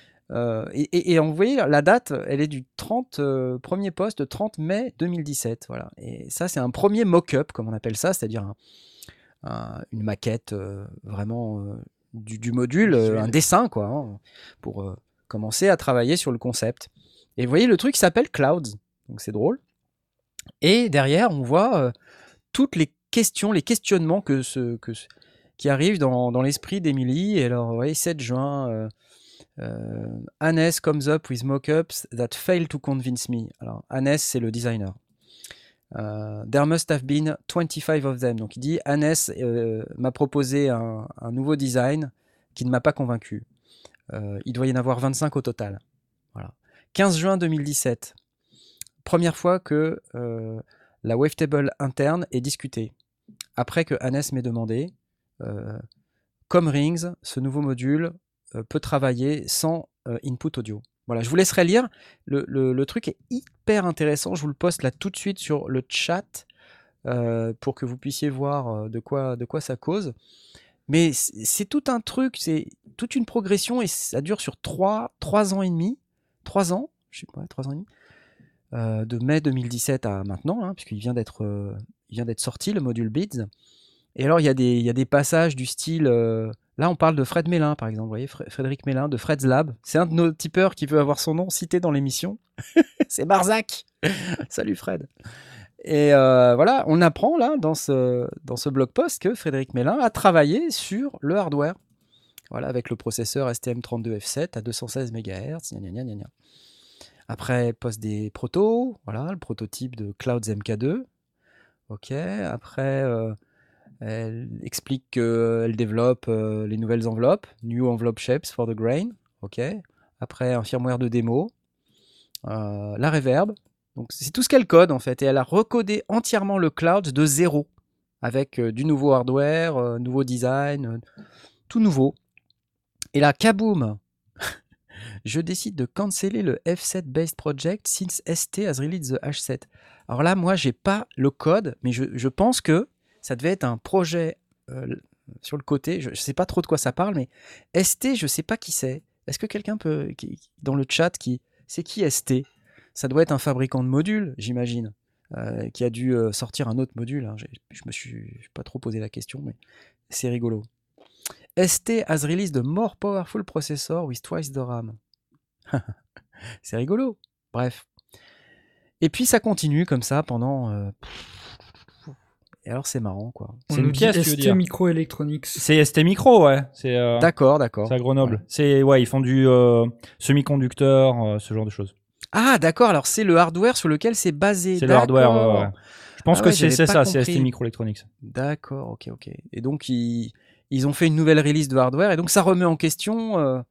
Et vous voyez, la date, elle est du premier post, 30 mai 2017. Voilà. Et ça, c'est un premier mock-up, comme on appelle ça, c'est-à-dire une maquette vraiment du module, un dessin, quoi, hein, pour commencer à travailler sur le concept. Et vous voyez, le truc s'appelle Clouds, donc c'est drôle. Et derrière, on voit toutes les questions, les questionnements qui arrivent dans l'esprit d'Émilie. Et alors, vous voyez, 7 juin... Hannes comes up with mock-ups that fail to convince me. Alors, Hannes, c'est le designer. There must have been 25 of them. Donc, il dit Hannes m'a proposé un nouveau design qui ne m'a pas convaincu. Il doit y en avoir 25 au total. Voilà. 15 juin 2017. Première fois que la wavetable interne est discutée. Après que Hannes m'ait demandé, comme Rings, ce nouveau module peut travailler sans input audio. Voilà, je vous laisserai lire. Le truc est hyper intéressant. Je vous le poste là tout de suite sur le chat pour que vous puissiez voir de quoi ça cause. Mais c'est tout un truc, c'est toute une progression, et ça dure sur 3 ans et demi. 3 ans, je sais pas, 3 ans et demi. De mai 2017 à maintenant, hein, puisqu'il vient d'être sorti, le module Beads. Et alors, il y a des passages du style... là, on parle de Fred Mélin, par exemple. Vous voyez, Frédéric Mélin de Fred's Lab. C'est un de nos tipeurs qui veut avoir son nom cité dans l'émission. C'est Barzac. Salut Fred. Et voilà, on apprend là, dans ce blog post, que Frédéric Mélin a travaillé sur le hardware. Voilà, avec le processeur STM32F7 à 216 MHz. Gna, gna, gna, gna. Après, elle poste des protos. Voilà, le prototype de Clouds MK2. Ok, après... elle explique qu'elle développe les nouvelles enveloppes, New Envelope Shapes for the Grain. Ok. Après, un firmware de démo, la reverb. Donc, c'est tout ce qu'elle code en fait. Et elle a recodé entièrement le Cloud de zéro, avec du nouveau hardware, nouveau design, tout nouveau. Et là, kaboom! Je décide de canceller le F7 based project since ST has released the H7. Alors là, moi, j'ai pas le code, mais je pense que ça devait être un projet sur le côté. Je ne sais pas trop de quoi ça parle, mais ST, je ne sais pas qui c'est. Est-ce que quelqu'un peut, dans le chat, c'est qui ST? Ça doit être un fabricant de modules, j'imagine, qui a dû sortir un autre module. Hein. Je me suis pas trop posé la question, mais c'est rigolo. ST has released a more powerful processor with twice the RAM. C'est rigolo. Bref. Et puis ça continue comme ça pendant... Et alors c'est marrant quoi. C'est une pièce, tu veux ST dire. Microelectronics. C'est ST Micro, ouais. C'est D'accord. C'est à Grenoble. Ouais. Ils font du semi-conducteur, ce genre de choses. Ah d'accord, alors c'est le hardware sur lequel c'est basé. C'est le hardware. Ouais. Je pense Ah que ouais, c'est j'avais pas ça, c'est compris. ST Microelectronics. D'accord, ok. Et donc, ils ont fait une nouvelle release de hardware, et donc ça remet en question,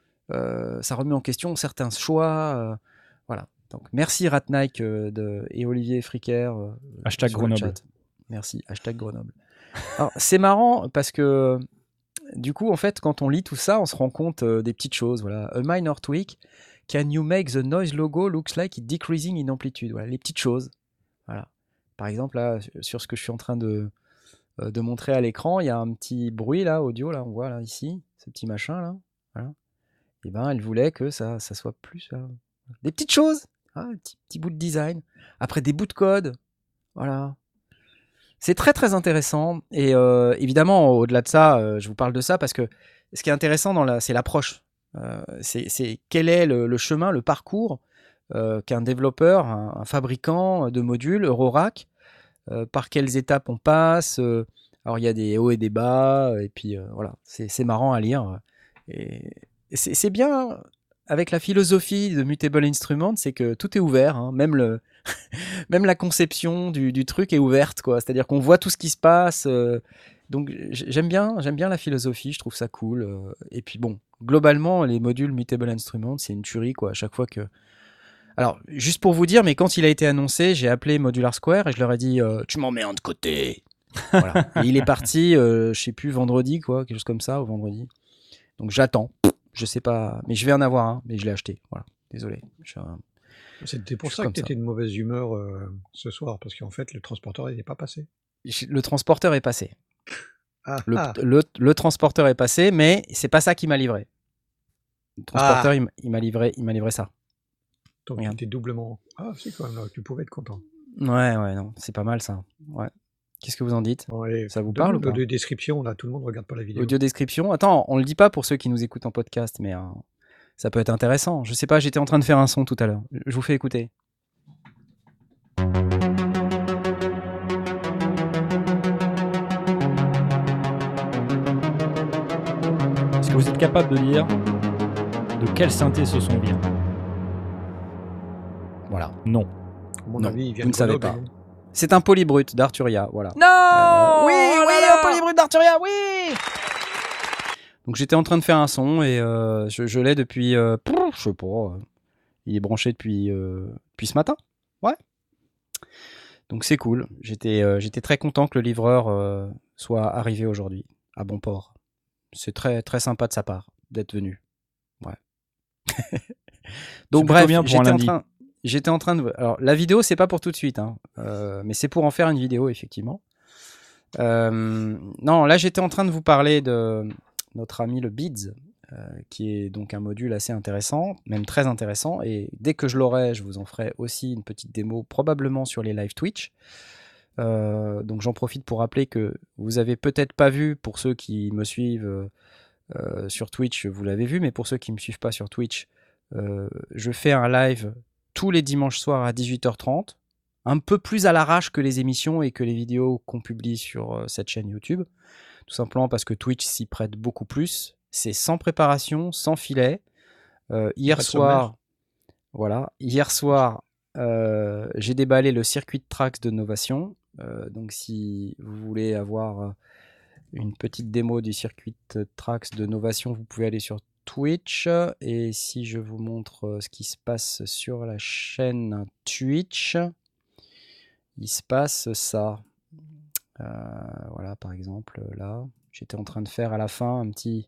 certains choix. Voilà. Donc, merci Ratnike et Olivier Fricker. Hashtag sur le Grenoble. chat. Merci, hashtag Grenoble. Alors, c'est marrant parce que, du coup, en fait, quand on lit tout ça, on se rend compte des petites choses. Voilà. A minor tweak. Can you make the noise logo looks like it's decreasing in amplitude? Voilà, les petites choses. Voilà. Par exemple, là, sur ce que je suis en train de montrer à l'écran, il y a un petit bruit là, audio, là, on voit là, ici, ce petit machin là. Voilà. Et ben, elle voulait que ça soit plus. Des petites choses, hein, petit bout de design. Après, des bouts de code. Voilà. C'est très très intéressant. Et évidemment, au-delà de ça, je vous parle de ça parce que ce qui est intéressant, c'est l'approche. C'est quel est le chemin, le parcours qu'un développeur, un fabricant de modules, Eurorack, par quelles étapes on passe. Alors il y a des hauts et des bas, et puis voilà, c'est marrant à lire. Et c'est bien avec la philosophie de Mutable Instruments, c'est que tout est ouvert, hein, même la conception du truc est ouverte, quoi. C'est-à-dire qu'on voit tout ce qui se passe. Donc j'aime bien la philosophie, je trouve ça cool. Et puis bon, globalement, les modules Mutable Instruments, c'est une tuerie, quoi. À chaque fois que... Alors, juste pour vous dire, mais quand il a été annoncé, j'ai appelé Modular Square et je leur ai dit tu m'en mets un de côté. Voilà. Et il est parti, je sais plus, vendredi, quoi, quelque chose comme ça, au vendredi. Donc j'attends. Je sais pas, mais je vais en avoir un, mais je l'ai acheté. Voilà. Désolé. C'était pour ça que tu étais de mauvaise humeur ce soir, parce qu'en fait, le transporteur il n'est pas passé. Le transporteur est passé. Ah, le transporteur est passé, mais c'est pas ça qui m'a livré. Le transporteur, il m'a livré ça. Donc tu étais doublement... Ah, si, quand même, là, tu pouvais être content. Ouais, non, c'est pas mal ça. Ouais. Qu'est-ce que vous en dites? Ouais, ça vous parle ou pas? Audio description, là, tout le monde regarde pas la vidéo. Audio description. Attends, on le dit pas pour ceux qui nous écoutent en podcast, mais ça peut être intéressant. Je sais pas, j'étais en train de faire un son tout à l'heure. Je vous fais écouter. Est-ce que vous êtes capable de dire de quel synthé ce son vient? Voilà. Non. À mon avis, il vient vous de ne savez Grenoble, pas. C'est un polybrut d'Arturia, voilà. Non oui, un polybrut d'Arturia, oui. Donc j'étais en train de faire un son et je l'ai depuis, je sais pas, il est branché depuis ce matin, ouais. Donc c'est cool. J'étais très content que le livreur soit arrivé aujourd'hui à bon port. C'est très très sympa de sa part d'être venu, ouais. Donc bref, j'étais en train de... Alors, la vidéo, c'est pas pour tout de suite, hein, mais c'est pour en faire une vidéo, effectivement. Non, là, j'étais en train de vous parler de notre ami le Beats, qui est donc un module assez intéressant, même très intéressant, et dès que je l'aurai, je vous en ferai aussi une petite démo, probablement sur les live Twitch. Donc, j'en profite pour rappeler que vous avez peut-être pas vu, pour ceux qui me suivent sur Twitch, vous l'avez vu, mais pour ceux qui me suivent pas sur Twitch, je fais un live tous les dimanches soirs à 18h30, un peu plus à l'arrache que les émissions et que les vidéos qu'on publie sur cette chaîne YouTube, tout simplement parce que Twitch s'y prête beaucoup plus. C'est sans préparation, sans filet. Hier soir, j'ai déballé le circuit de tracks de Novation. Donc si vous voulez avoir une petite démo du circuit de tracks de Novation, vous pouvez aller sur Twitch, et si je vous montre ce qui se passe sur la chaîne Twitch, il se passe ça. Voilà, par exemple, là, j'étais en train de faire à la fin un petit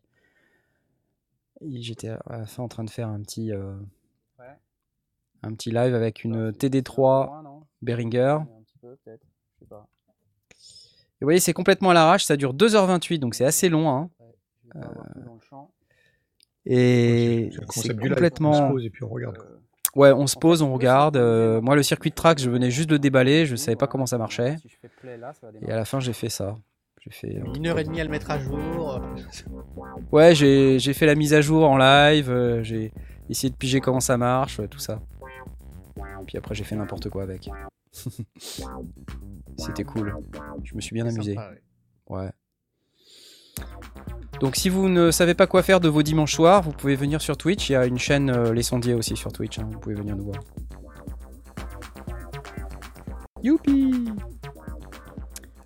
live avec une TD3 Behringer. Et vous voyez, c'est complètement à l'arrache, ça dure 2h28, donc c'est assez long, hein. Et c'est complètement... On se pose et puis on regarde. Ouais, on se pose, on regarde. Moi, le circuit de track, je venais juste de déballer, je savais pas comment ça marchait. Et à la fin, j'ai fait ça. J'ai fait 1h30 à le mettre à jour. Ouais, j'ai fait la mise à jour en live, j'ai essayé de piger comment ça marche, tout ça. Puis après, j'ai fait n'importe quoi avec. C'était cool. Je me suis bien amusé. Sympa, ouais. Donc si vous ne savez pas quoi faire de vos dimanches soirs, vous pouvez venir sur Twitch. Il y a une chaîne Les Sondiers aussi sur Twitch, hein. Vous pouvez venir nous voir. Youpi!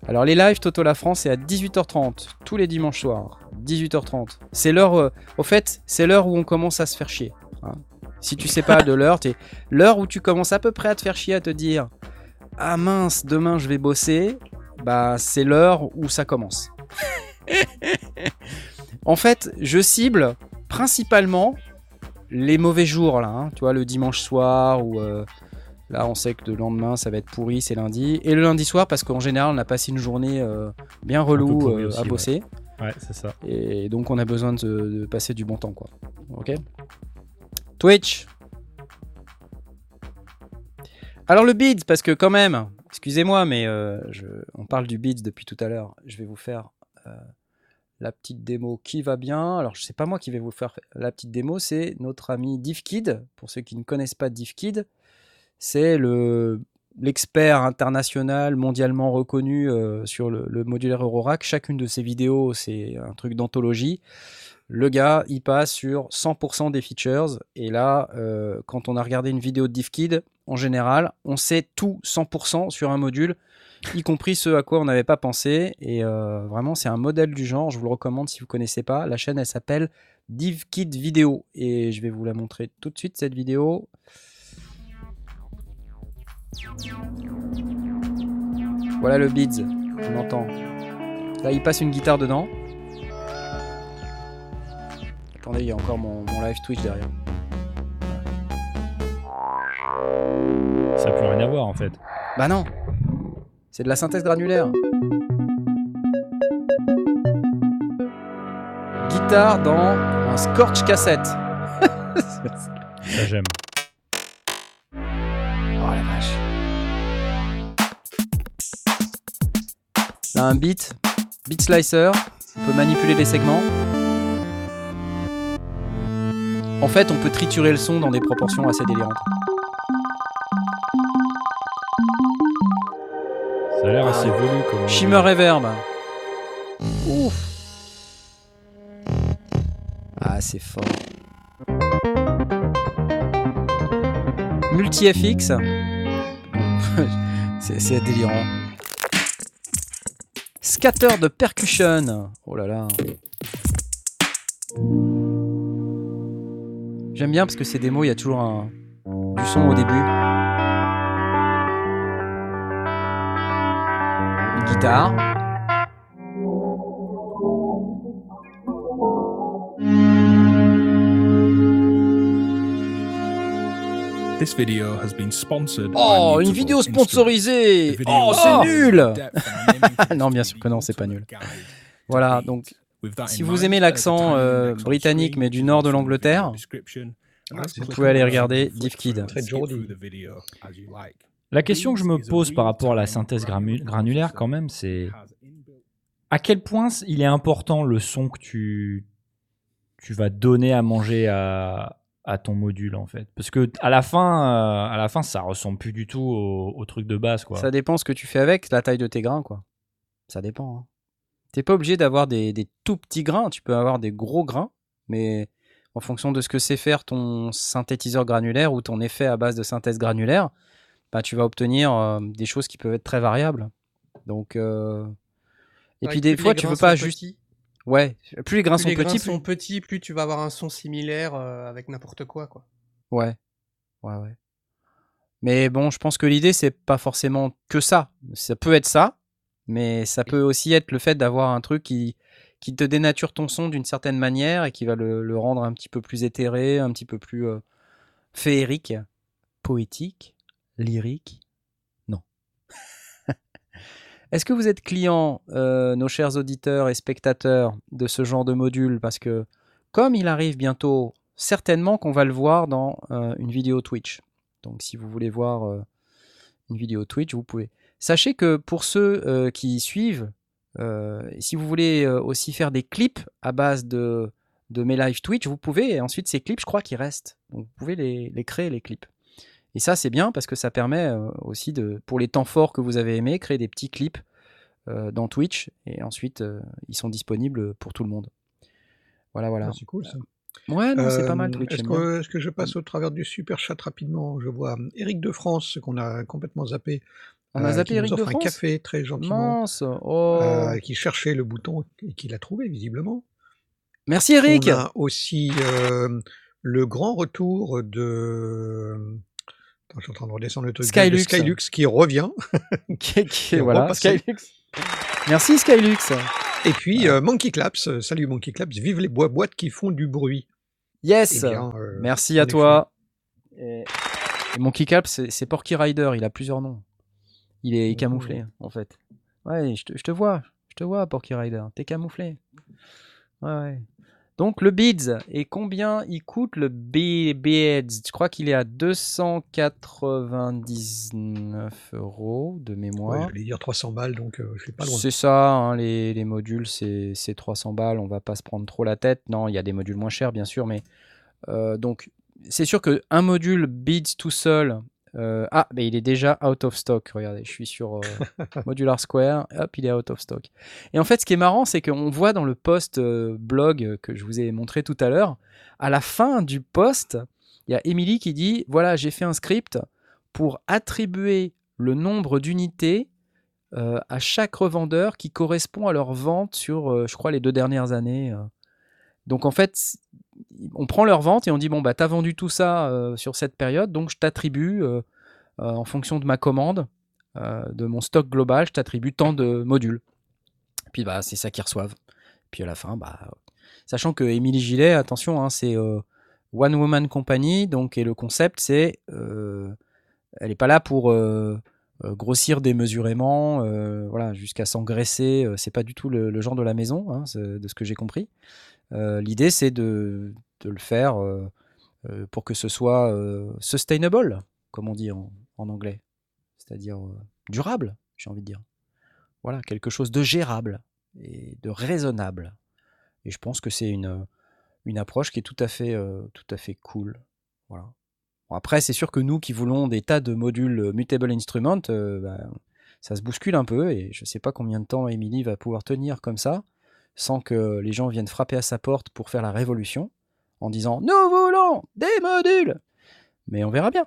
Alors les lives Toto La France, c'est à 18h30, tous les dimanches soirs, 18h30. C'est l'heure, au fait, c'est l'heure où on commence à se faire chier. Hein. Si tu sais pas de l'heure, l'heure où tu commences à peu près à te faire chier, à te dire « Ah mince, demain je vais bosser », bah c'est l'heure où ça commence. En fait, je cible principalement les mauvais jours, là, hein, tu vois, le dimanche soir ou... Là, on sait que le lendemain, ça va être pourri, c'est lundi. Et le lundi soir, parce qu'en général, on a passé une journée bien relou aussi, à bosser. Ouais, c'est ça. Et donc, on a besoin de passer du bon temps, quoi. Ok. Twitch. Alors, le Beats, parce que quand même, excusez-moi, mais on parle du Beats depuis tout à l'heure. Je vais vous faire la petite démo qui va bien. Alors, je sais pas moi qui vais vous faire la petite démo, c'est notre ami DivKid. Pour ceux qui ne connaissent pas DivKid, c'est l'expert international mondialement reconnu sur le modulaire Eurorack. Chacune de ses vidéos, c'est un truc d'anthologie. Le gars, il passe sur 100% des features. Et là, quand on a regardé une vidéo de DivKid, en général, on sait tout 100% sur un module, y compris ce à quoi on n'avait pas pensé. Et vraiment, c'est un modèle du genre. Je vous le recommande si vous ne connaissez pas. La chaîne, elle s'appelle DivKid Vidéo. Et je vais vous la montrer tout de suite, cette vidéo. Voilà le beats, on entend. Là, il passe une guitare dedans. Attendez, il y a encore mon live Twitch derrière. Ça n'a plus rien à voir en fait. Bah non, c'est de la synthèse granulaire. Guitare dans un Scorch cassette. Ça j'aime. Oh la vache. Là, un beat slicer, on peut manipuler les segments. En fait, on peut triturer le son dans des proportions assez délirantes. Ça a l'air assez velu comme... Shimmer Reverb. Ouf. Ah, c'est fort. Multi-FX. c'est délirant. Scatter de percussion. Oh là là. J'aime bien parce que ces démos, il y a toujours du son au début. Une guitare. This video has been sponsored oh, une vidéo sponsorisée. Oh, c'est nul. Non, bien sûr que non, c'est pas nul. Voilà, donc si vous aimez l'accent britannique mais du nord de l'Angleterre, vous pouvez aller regarder DivKid. La question que je me pose par rapport à la synthèse granulaire quand même, c'est à quel point il est important le son que tu vas donner à manger à ton module en fait, parce que à la fin ça ressemble plus du tout au truc de base quoi. Ça dépend ce que tu fais avec, la taille de tes grains quoi. Ça dépend. Hein. T'es pas obligé d'avoir des tout petits grains, tu peux avoir des gros grains, mais en fonction de ce que sait faire ton synthétiseur granulaire ou ton effet à base de synthèse granulaire, bah tu vas obtenir des choses qui peuvent être très variables. Donc et puis des fois tu veux pas juste ouais, plus les grains sont petits, plus tu vas avoir un son similaire avec n'importe quoi. Ouais. Mais bon, je pense que l'idée, c'est pas forcément que ça. Ça peut être ça, mais ça peut aussi être le fait d'avoir un truc qui te dénature ton son d'une certaine manière et qui va le rendre un petit peu plus éthéré, un petit peu plus féerique, poétique, lyrique. Non. Est-ce que vous êtes clients, nos chers auditeurs et spectateurs, de ce genre de module? Parce que, comme il arrive bientôt, certainement qu'on va le voir dans une vidéo Twitch. Donc, si vous voulez voir une vidéo Twitch, vous pouvez. Sachez que pour ceux qui suivent, si vous voulez aussi faire des clips à base de mes live Twitch, vous pouvez. Et ensuite, ces clips, je crois qu'ils restent. Donc, vous pouvez les créer, les clips. Et ça, c'est bien parce que ça permet aussi, pour les temps forts que vous avez aimés, créer des petits clips dans Twitch. Et ensuite, ils sont disponibles pour tout le monde. Voilà. Ah, c'est cool, ça. Ouais, non, c'est pas mal Twitch. Est-ce que je passe au travers du super chat rapidement? Je vois Eric de France, qu'on a complètement zappé, On a zappé qui Eric nous de offre un France. café très gentiment, Mince. Oh. qui cherchait le bouton et qui l'a trouvé visiblement. Merci Eric. On a aussi le grand retour de... Attends, je suis en train de redescendre le truc. Skylux. De Skylux qui revient. Qui voilà, Skylux. Merci Skylux. Et puis Monkey Claps. Salut Monkey Claps. Vive les boîtes qui font du bruit. Yes. Eh bien, merci à toi. Et Monkey Claps, c'est Porky Rider. Il a plusieurs noms. Il est camouflé en fait. Ouais, je te vois. Je te vois Porky Rider. T'es camouflé. Ouais. Donc le Beads, et combien il coûte le Beads? Je crois qu'il est à 299 € de mémoire. Ouais, je voulais dire 300 balles, donc je suis pas loin. C'est ça, hein, les modules, c'est 300 balles, on va pas se prendre trop la tête. Non, il y a des modules moins chers, bien sûr, mais donc c'est sûr qu'un module Beads tout seul, mais il est déjà out of stock. Regardez, je suis sur Modular Square, hop, il est out of stock. Et en fait, ce qui est marrant, c'est qu'on voit dans le post blog que je vous ai montré tout à l'heure, à la fin du post, il y a Émilie qui dit, voilà, j'ai fait un script pour attribuer le nombre d'unités à chaque revendeur qui correspond à leur vente sur, je crois, les 2 dernières années. Donc en fait, on prend leur vente et on dit bon bah t'as vendu tout ça sur cette période, donc je t'attribue en fonction de ma commande, de mon stock global, je t'attribue tant de modules. Puis bah c'est ça qu'ils reçoivent. Puis à la fin, sachant que Émilie Gillet, attention, hein, c'est One Woman Company, donc et le concept c'est, elle est pas là pour grossir démesurément, voilà, jusqu'à s'engraisser. C'est pas du tout le genre de la maison, hein, de ce que j'ai compris. L'idée, c'est de le faire pour que ce soit sustainable, comme on dit en anglais, c'est-à-dire durable, j'ai envie de dire. Voilà, quelque chose de gérable et de raisonnable. Et je pense que c'est une approche qui est tout à fait cool. Voilà. Bon, après, c'est sûr que nous qui voulons des tas de modules Mutable Instrument, ça se bouscule un peu et je ne sais pas combien de temps Émilie va pouvoir tenir comme ça, sans que les gens viennent frapper à sa porte pour faire la révolution, en disant « Nous voulons des modules !» Mais on verra bien.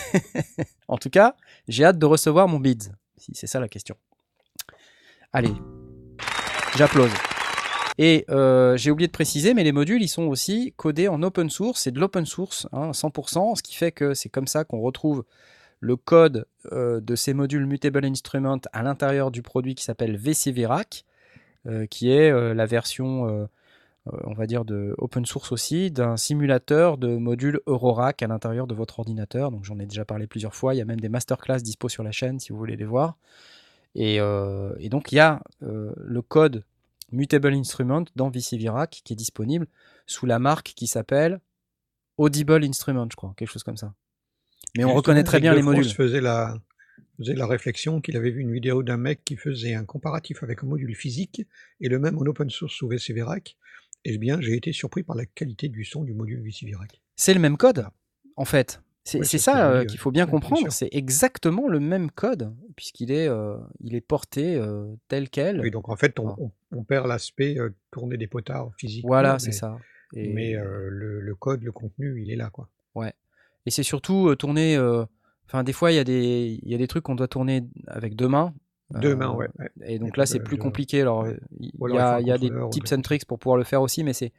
En tout cas, j'ai hâte de recevoir mon Beads, si c'est ça la question. Allez, j'applause. Et j'ai oublié de préciser, mais les modules, ils sont aussi codés en open source. C'est de l'open source, hein, 100%, ce qui fait que c'est comme ça qu'on retrouve le code de ces modules Mutable Instrument à l'intérieur du produit qui s'appelle VCVRAC, qui est la version, on va dire, de open source aussi, d'un simulateur de module Eurorack à l'intérieur de votre ordinateur. Donc j'en ai déjà parlé plusieurs fois, il y a même des masterclass dispo sur la chaîne si vous voulez les voir. Et donc il y a le code Mutable Instrument dans VCVRAC qui est disponible sous la marque qui s'appelle Audible Instrument, je crois, quelque chose comme ça. Mais on reconnaît très bien les modules. faisait la réflexion qu'il avait vu une vidéo d'un mec qui faisait un comparatif avec un module physique et le même en open source sous VCVRAC. Et bien, j'ai été surpris par la qualité du son du module VCVRAC. C'est le même code, en fait. C'est Ouais, ça qu'il faut bien bien comprendre. sûr. C'est exactement le même code, puisqu'il est, il est porté tel quel. Oui, donc en fait, on perd l'aspect tourner des potards physiques. Voilà, c'est ça. Mais le code, le contenu, il est là, quoi. Ouais. Et c'est surtout tourner. Enfin, des fois, il y a des trucs qu'on doit tourner avec 2 mains. 2 mains, ouais. Et donc là, c'est plus compliqué. Alors, il y a des tips and tricks pour pouvoir le faire aussi, mais c'est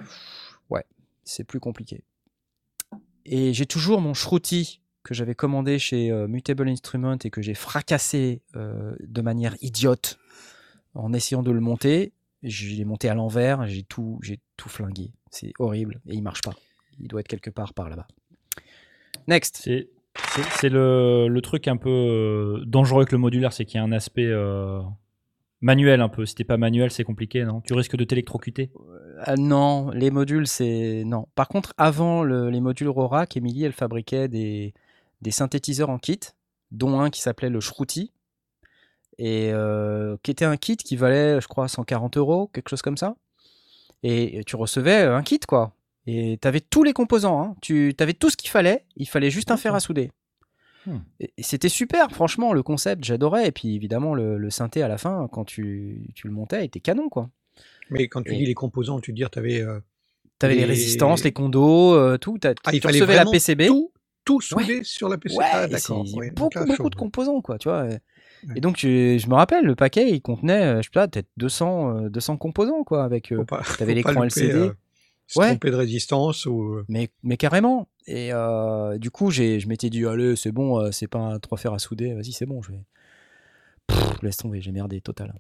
plus compliqué. Et j'ai toujours mon Shruti que j'avais commandé chez Mutable Instrument et que j'ai fracassé de manière idiote en essayant de le monter. Je l'ai monté à l'envers, j'ai tout flingué. C'est horrible et il marche pas. Il doit être quelque part par là-bas. Next. C'est le truc un peu dangereux avec le modulaire, c'est qu'il y a un aspect manuel un peu. Si t'es pas manuel, c'est compliqué, non? Tu risques de t'électrocuter. Non, les modules, c'est... Non. Par contre, avant les modules Eurorack, Émilie, elle fabriquait des synthétiseurs en kit, dont un qui s'appelait le Shruti, et qui était un kit qui valait, je crois, 140 €, quelque chose comme ça. Et tu recevais un kit, quoi. Et tu avais tous les composants, hein. Tu avais tout ce qu'il fallait, il fallait juste un fer à souder. Et c'était super, franchement, le concept, j'adorais. Et puis évidemment, le synthé à la fin, quand tu le montais, était canon, quoi. Mais quand tu dis les composants, tu veux dire, tu avais... les résistances, les condos, tout. Tu recevais la PCB. tout soudé sur la PC. Ouais, Ah, et d'accord. c'est Ouais, donc là, beaucoup chaud, de ouais. composants, quoi, tu vois. Et Ouais. donc, je me rappelle, le paquet, il contenait, je sais pas, peut-être 200 composants, quoi, avec... Faut pas, T'avais faut pas l'écran louper, LCD. se Ouais, tromper de résistance ou. mais carrément. Et du coup, je m'étais dit, allez, c'est bon, c'est pas un 3 fers à souder, vas-y, c'est bon, je vais... laisse tomber, j'ai merdé, total.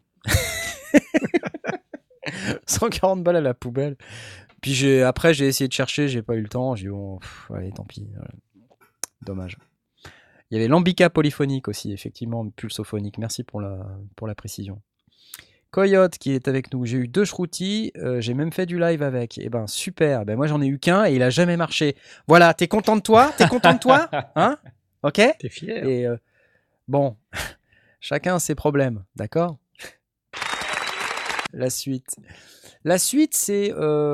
140 balles à la poubelle. Puis après, j'ai essayé de chercher, j'ai pas eu le temps. J'ai dit, bon, allez, tant pis. Voilà. Dommage. Il y avait l'ambica polyphonique aussi, effectivement, pulsophonique. Merci pour la précision. Coyote qui est avec nous. J'ai eu 2 shroutis, j'ai même fait du live avec. Et ben super. Ben moi j'en ai eu qu'un et il a jamais marché. Voilà, t'es content de toi? T'es content de toi? Hein? Ok? T'es fier. Et bon, chacun ses problèmes, d'accord? La suite. La suite, c'est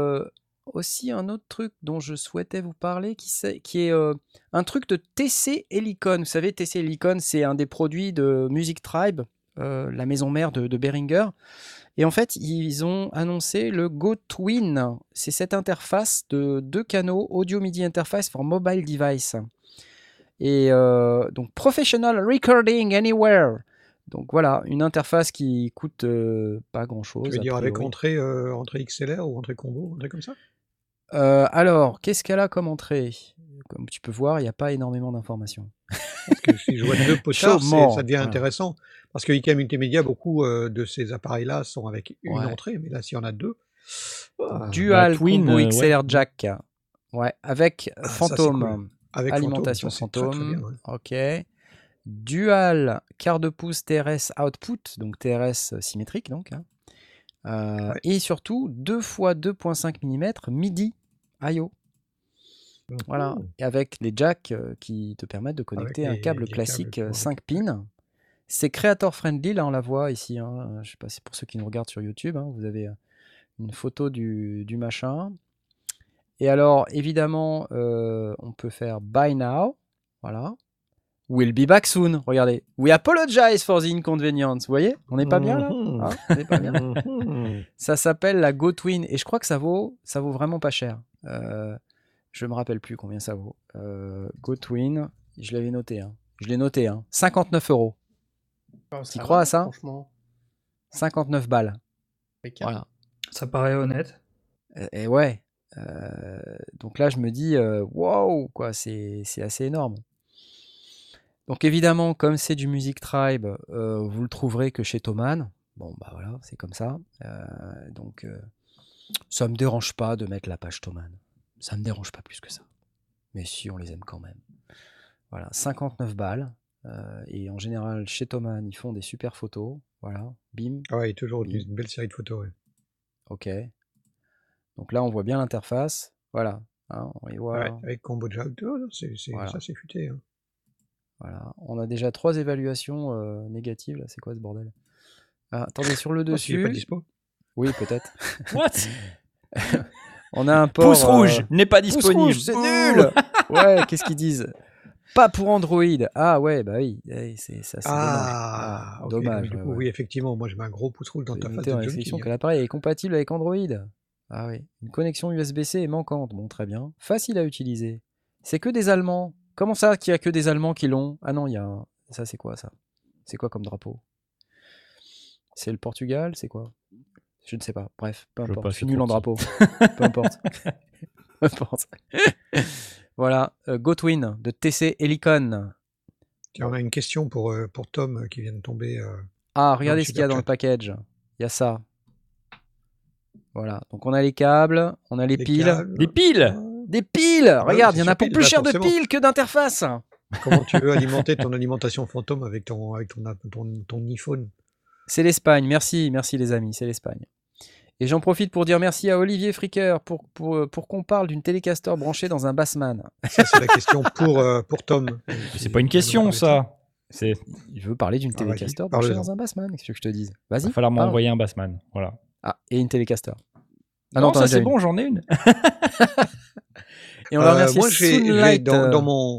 aussi un autre truc dont je souhaitais vous parler, qui est un truc de TC Helicon. Vous savez, TC Helicon, c'est un des produits de Music Tribe, la maison mère de Behringer. Et en fait, ils ont annoncé le GoTwin. C'est cette interface de 2 canaux audio MIDI interface for mobile device. Et donc, Professional Recording Anywhere. Donc voilà, une interface qui coûte pas grand-chose. Tu veux dire avec priori. entrée XLR ou entrée combo, un truc comme ça? Alors, qu'est-ce qu'elle a comme entrée? Comme tu peux voir, il n'y a pas énormément d'informations. Parce que si je vois 2 potards, Chaudement, ça devient voilà. intéressant. Parce que IKEA Multimédia, beaucoup de ces appareils-là sont avec une Ouais. entrée, mais là, s'il y en a 2. Dual Twin, Combo ouais. XLR Jack. Ouais, avec Ça, c'est Phantom. cool. Avec Alimentation Phantom, ça, c'est très, très Phantom. bien, ouais. Ok. Dual quart de pouce TRS output, donc TRS symétrique donc. Hein. Ouais. Et surtout 2 x 2.5 mm MIDI I/O. Voilà. Et avec les jacks qui te permettent de connecter un câble classique 5 pins. C'est creator friendly, là on la voit ici. Hein. Je sais pas, c'est pour ceux qui nous regardent sur YouTube. Hein. Vous avez une photo du machin. Et alors, évidemment, on peut faire Buy Now. Voilà. We'll be back soon. Regardez. We apologize for the inconvenience. Vous voyez? On n'est pas bien là? Hein, on n'est pas bien. Ça s'appelle la GoTwin. Et je crois que ça vaut vraiment pas cher. Je me rappelle plus combien ça vaut. GoTwin. Je l'avais noté. Hein. Je l'ai noté. Hein. 59 €. Tu crois à ça? Franchement. 59 balles. Voilà. Ça paraît honnête. Et ouais. Donc là, je me dis, wow, quoi, c'est assez énorme. Donc évidemment, comme c'est du Music Tribe, vous le trouverez que chez Thomann. Bon, bah voilà, c'est comme ça. Donc, ça me dérange pas de mettre la page Thomann. Ça me dérange pas plus que ça. Mais si, on les aime quand même. Voilà, 59 balles. Et en général, chez Thomann, ils font des super photos. Voilà, bim. Ah ouais, toujours une belle série de photos, ouais. Ok. Donc là, on voit bien l'interface. Voilà. Hein, on y voit. Ouais, avec combo jack, Voilà. ça c'est futé. Hein. Voilà. On a déjà 3 évaluations négatives. Là, c'est quoi ce bordel? Attendez, sur le dessus. Il est pas dispo? Oui, peut-être. What? On a un port. Pouce rouge n'est pas disponible. Pouce rouge, c'est nul. Ouais, qu'est-ce qu'ils disent? Pas pour Android. Ah ouais, bah oui. C'est ça, c'est Ah, dommage. ok, Dommage. donc, du coup, oui, effectivement, moi je mets un gros pouce rouge dans ta face Notez en de description junkie. que l'appareil est compatible avec Android. Ah oui. Une connexion USB-C est manquante. Bon, très bien. Facile à utiliser. C'est que des Allemands. Comment ça qu'il y a que des Allemands qui l'ont? Ah non, il y a un... Ça, c'est quoi ça? C'est quoi comme drapeau? C'est le Portugal? C'est quoi? Je ne sais pas. Bref, peu importe. Je suis nul en drapeau. Peu importe. Peu importe. Voilà. GoTwin de TC Helicon. Tiens, on a une question pour Tom qui vient de tomber. Ah, regardez ce qu'il y a dans le package. Il y a ça. Voilà. Donc on a les câbles, on a les piles. Câbles. Des piles! Des piles! Regarde, il y en a pour pile, plus là, cher de forcément. piles que d'interface. Comment tu veux alimenter ton alimentation fantôme avec ton iPhone? C'est l'Espagne. Merci les amis, c'est l'Espagne. Et j'en profite pour dire merci à Olivier Fricker pour qu'on parle d'une Telecaster branchée dans un Bassman. Ça, c'est la question pour Tom. C'est pas une question, ça. Il veut parler d'une Telecaster branchée dans un Bassman. Qu'est-ce que je te dise? Vas-y. Il va falloir m'envoyer un Bassman. Voilà. Ah, et une Telecaster. Ah non, ça c'est bon, j'en ai une. Et on va remercier moi, j'ai Soonlight, dans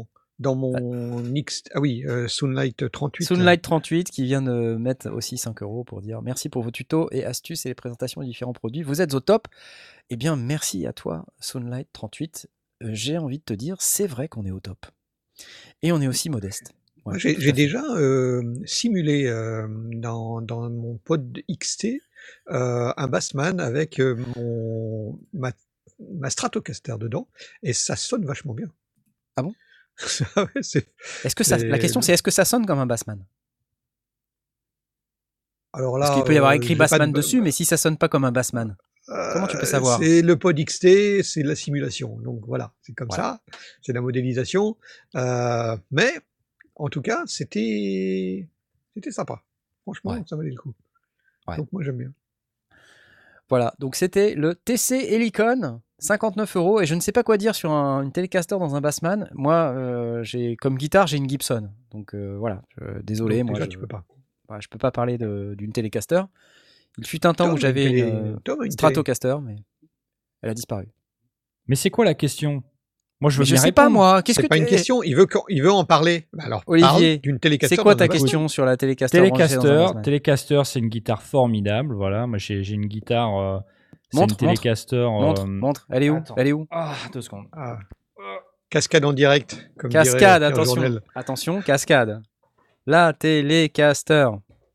mon Soonlight 38. Soonlight 38 qui vient de mettre aussi 5 € pour dire merci pour vos tutos et astuces et les présentations des différents produits. Vous êtes au top. Eh bien, merci à toi, Soonlight 38. J'ai envie de te dire, c'est vrai qu'on est au top. Et on est aussi modeste. Moi, j'ai déjà simulé dans mon pod XT un Bassman avec ma Stratocaster dedans, et ça sonne vachement bien. Ah bon? Ouais, la question c'est est-ce que ça sonne comme un Bassman? Alors là, parce qu'il peut y avoir écrit j'ai pas Bassman de- dessus, mais si ça sonne pas comme un Bassman, comment tu peux savoir? C'est le pod XT, c'est de la simulation. Donc voilà, c'est comme Ouais. ça, c'est de la modélisation. Mais en tout cas, c'était sympa. Franchement, Ouais. ça valait le coup. Ouais. Donc moi j'aime bien. Voilà, donc c'était le TC Helicon, 59 €, et je ne sais pas quoi dire sur une Telecaster dans un Bassman. Moi, comme guitare, j'ai une Gibson, donc voilà, désolé, Donc moi déjà, tu peux pas. Voilà, je peux pas parler d'une Telecaster. Il fut un temps Tom où a j'avais une une Tom a une Stratocaster, mais elle a disparu. Mais c'est quoi la question? Moi, je veux Mais je bien sais pas, répondre. moi. Qu'est-ce C'est que pas une question, il veut en parler. Bah alors, Olivier, parle d'une Telecaster. c'est quoi dans ta un Bassman. question sur la Telecaster branchée dans un Bassman? Telecaster, c'est une guitare formidable. Voilà, moi j'ai une guitare. C'est Montre, une Telecaster. montre. Elle est où? Attends. Elle est où? Ah, 2 secondes. Ah. Cascade en direct, comme Cascade, dirait Pierre attention. Journel. Attention, cascade. La Telecaster.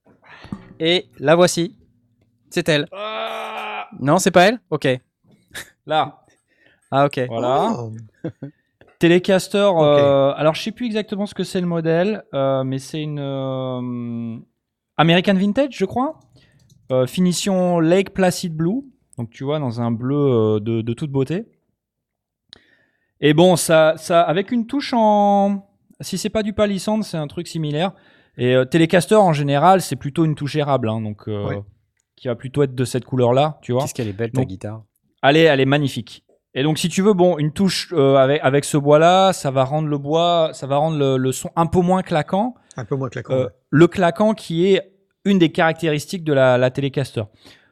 Et la voici. C'est elle. Non, c'est pas elle? Ok. Là. Ah, ok. Voilà. Oh. Telecaster, Ok. alors je sais plus exactement ce que c'est le modèle, mais c'est une American Vintage, je crois. Finition Lake Placid Blue, donc tu vois, dans un bleu de toute beauté. Et bon, ça avec une touche en... Si c'est pas du palissandre, c'est un truc similaire. Et Telecaster, en général, c'est plutôt une touche érable, hein, donc qui va plutôt être de cette couleur-là, tu vois. Qu'est-ce qu'elle est belle, ta Donc, guitare. elle est magnifique. Et donc, si tu veux, bon, une touche avec ce bois-là, ça va rendre le son un peu moins claquant. Un peu moins claquant. Ouais. Le claquant qui est une des caractéristiques de la Telecaster.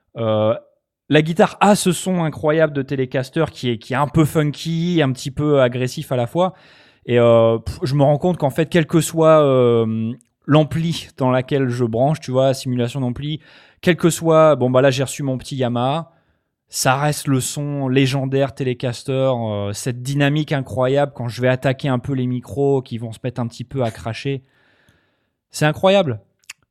La guitare a ce son incroyable de Telecaster qui est un peu funky, un petit peu agressif à la fois. Et je me rends compte qu'en fait, quel que soit l'ampli dans laquelle je branche, tu vois, simulation d'ampli, quel que soit, bon bah là j'ai reçu mon petit Yamaha, ça reste le son légendaire Telecaster, cette dynamique incroyable quand je vais attaquer un peu les micros qui vont se mettre un petit peu à cracher. C'est incroyable.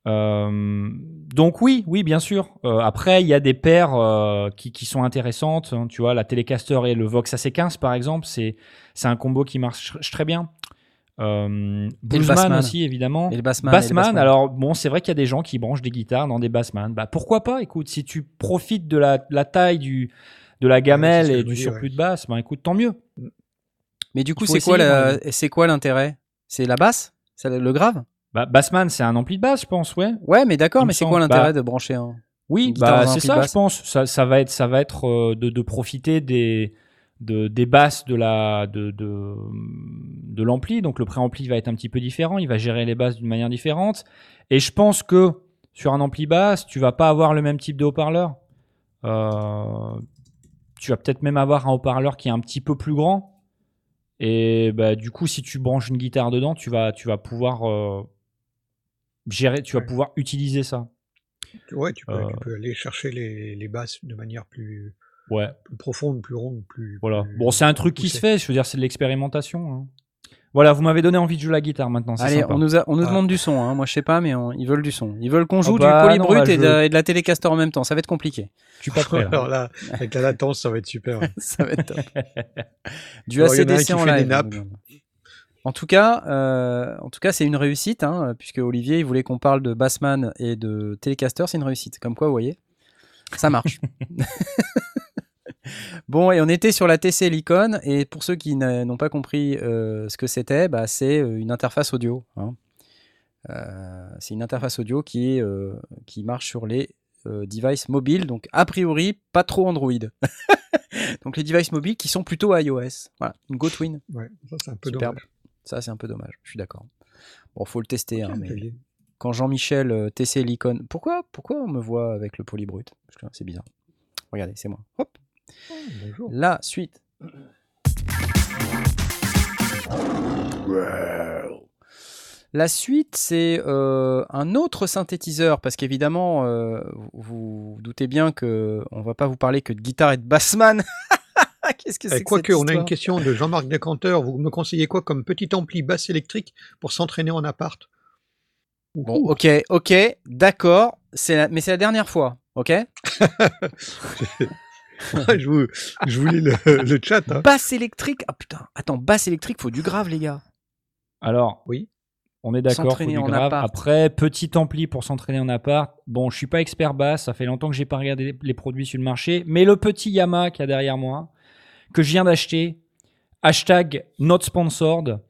Donc oui, bien sûr. Après, il y a des paires qui sont intéressantes. Hein, tu vois, la Telecaster et le Vox AC15, par exemple, c'est un combo qui marche très bien. Bluesman aussi, évidemment. Et le Bassman. Bassman, alors bon, c'est vrai qu'il y a des gens qui branchent des guitares dans des Bassman. Bah pourquoi pas? Écoute, si tu profites de la taille de la gamelle c'est ce que et je me du dis, surplus de basse, bah écoute, tant mieux. Mais du coup, Il faut c'est quoi l'intérêt? C'est la basse? C'est le grave? Bah, Bassman, c'est un ampli de basse, je pense, ouais. Ouais, mais d'accord, Il me mais c'est semble. quoi l'intérêt Bah, de brancher un... Oui, une guitare bah dans un c'est ampli ça, de je basse? pense. Ça va être de profiter des basses de l'ampli. Donc le préampli va être un petit peu différent. Il va gérer les basses d'une manière différente. Et je pense que sur un ampli basse, tu vas pas avoir le même type de haut-parleur. Tu vas peut-être même avoir un haut-parleur qui est un petit peu plus grand. Et bah, du coup, si tu branches une guitare dedans, tu vas pouvoir gérer, tu vas pouvoir utiliser ça. Ouais, tu peux aller chercher les basses de manière plus profonde, plus ronde, plus. Voilà. Plus bon, c'est un truc qui se fait. Je veux dire, c'est de l'expérimentation. Hein. Voilà, vous m'avez donné envie de jouer la guitare maintenant. Allez, sympa. on nous demande du son. Hein. Moi, je sais pas, mais ils veulent du son. Ils veulent qu'on joue du non, polybrut là, et de la Telecaster en même temps. Ça va être compliqué. Je suis pas prêt. Là. Alors là, avec la latence, ça va être super. Ça va être top. Du Alors, il y en a un ACDC qui en fait des live. nappes. En tout cas, c'est une réussite, hein, puisque Olivier il voulait qu'on parle de Bassman et de Telecaster, c'est une réussite. Comme quoi, vous voyez, ça marche. Bon, et on était sur la TC Helicon, et pour ceux qui n'ont pas compris ce que c'était, bah, c'est une interface audio. Hein. C'est une interface audio qui marche sur les devices mobiles, donc a priori pas trop Android. Donc les devices mobiles qui sont plutôt iOS. Voilà, une GoTwin. Ouais, ça c'est un peu Superbe. dommage. Ça c'est un peu dommage, je suis d'accord. Bon, faut le tester, Ok, hein, mais Xavier. quand Jean-Michel TC Helicon, pourquoi on me voit avec le polybrut? Parce que c'est bizarre. Regardez, c'est moi. Hop. Oh, bonjour. La suite. La suite, c'est un autre synthétiseur, parce qu'évidemment, vous vous doutez bien qu'on ne va pas vous parler que de guitare et de bassman. Qu'est-ce que c'est que Quoique, cette on a une histoire? question de Jean-Marc Decanteur. Vous me conseillez quoi comme petit ampli basse électrique pour s'entraîner en appart? Bon, Ouhou. ok, d'accord. Mais c'est la dernière fois, ok? Je vous lis le chat. Hein. Basse électrique. Ah putain, attends, basse électrique, faut du grave, les gars. Alors, Oui. on est d'accord, faut S'entraîner du en grave. appart. Après, petit ampli pour s'entraîner en appart. Bon, je suis pas expert basse, ça fait longtemps que j'ai pas regardé les produits sur le marché, mais le petit Yamaha qu'il y a derrière moi, que je viens d'acheter, hashtag not sponsored,